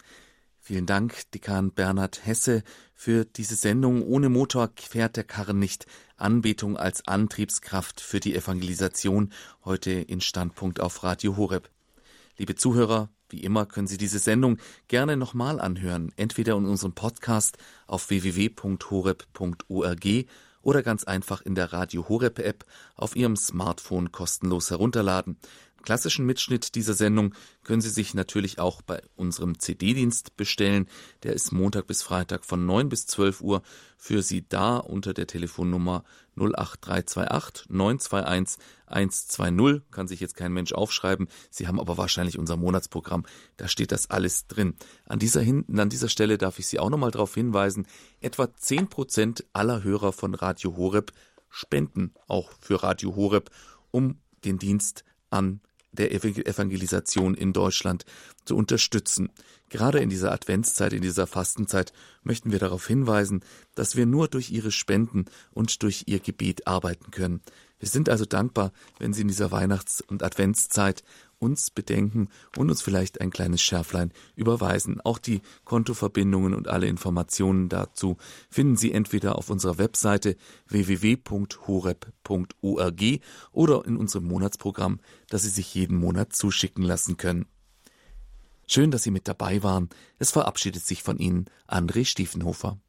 Vielen Dank, Dekan Bernhard Hesse, für diese Sendung. Ohne Motor fährt der Karren nicht. Anbetung als Antriebskraft für die Evangelisation, heute in Standpunkt auf Radio Horeb. Liebe Zuhörer, wie immer können Sie diese Sendung gerne nochmal anhören, entweder in unserem Podcast auf w w w punkt horeb punkt org oder ganz einfach in der Radio Horeb App auf Ihrem Smartphone kostenlos herunterladen. Klassischen Mitschnitt dieser Sendung können Sie sich natürlich auch bei unserem C D-Dienst bestellen. Der ist Montag bis Freitag von neun bis zwölf Uhr für Sie da unter der Telefonnummer null acht drei zwei acht neun zwei eins eins zwei null. Kann sich jetzt kein Mensch aufschreiben. Sie haben aber wahrscheinlich unser Monatsprogramm. Da steht das alles drin. An dieser, hin- an dieser Stelle darf ich Sie auch nochmal darauf hinweisen, etwa zehn Prozent aller Hörer von Radio Horeb spenden auch für Radio Horeb, um den Dienst an der Evangelisation in Deutschland zu unterstützen. Gerade in dieser Adventszeit, in dieser Fastenzeit möchten wir darauf hinweisen, dass wir nur durch Ihre Spenden und durch Ihr Gebet arbeiten können. Wir sind also dankbar, wenn Sie in dieser Weihnachts- und Adventszeit uns bedenken und uns vielleicht ein kleines Schärflein überweisen. Auch die Kontoverbindungen und alle Informationen dazu finden Sie entweder auf unserer Webseite w w w punkt horeb punkt org oder in unserem Monatsprogramm, das Sie sich jeden Monat zuschicken lassen können. Schön, dass Sie mit dabei waren. Es verabschiedet sich von Ihnen André Stiefenhofer.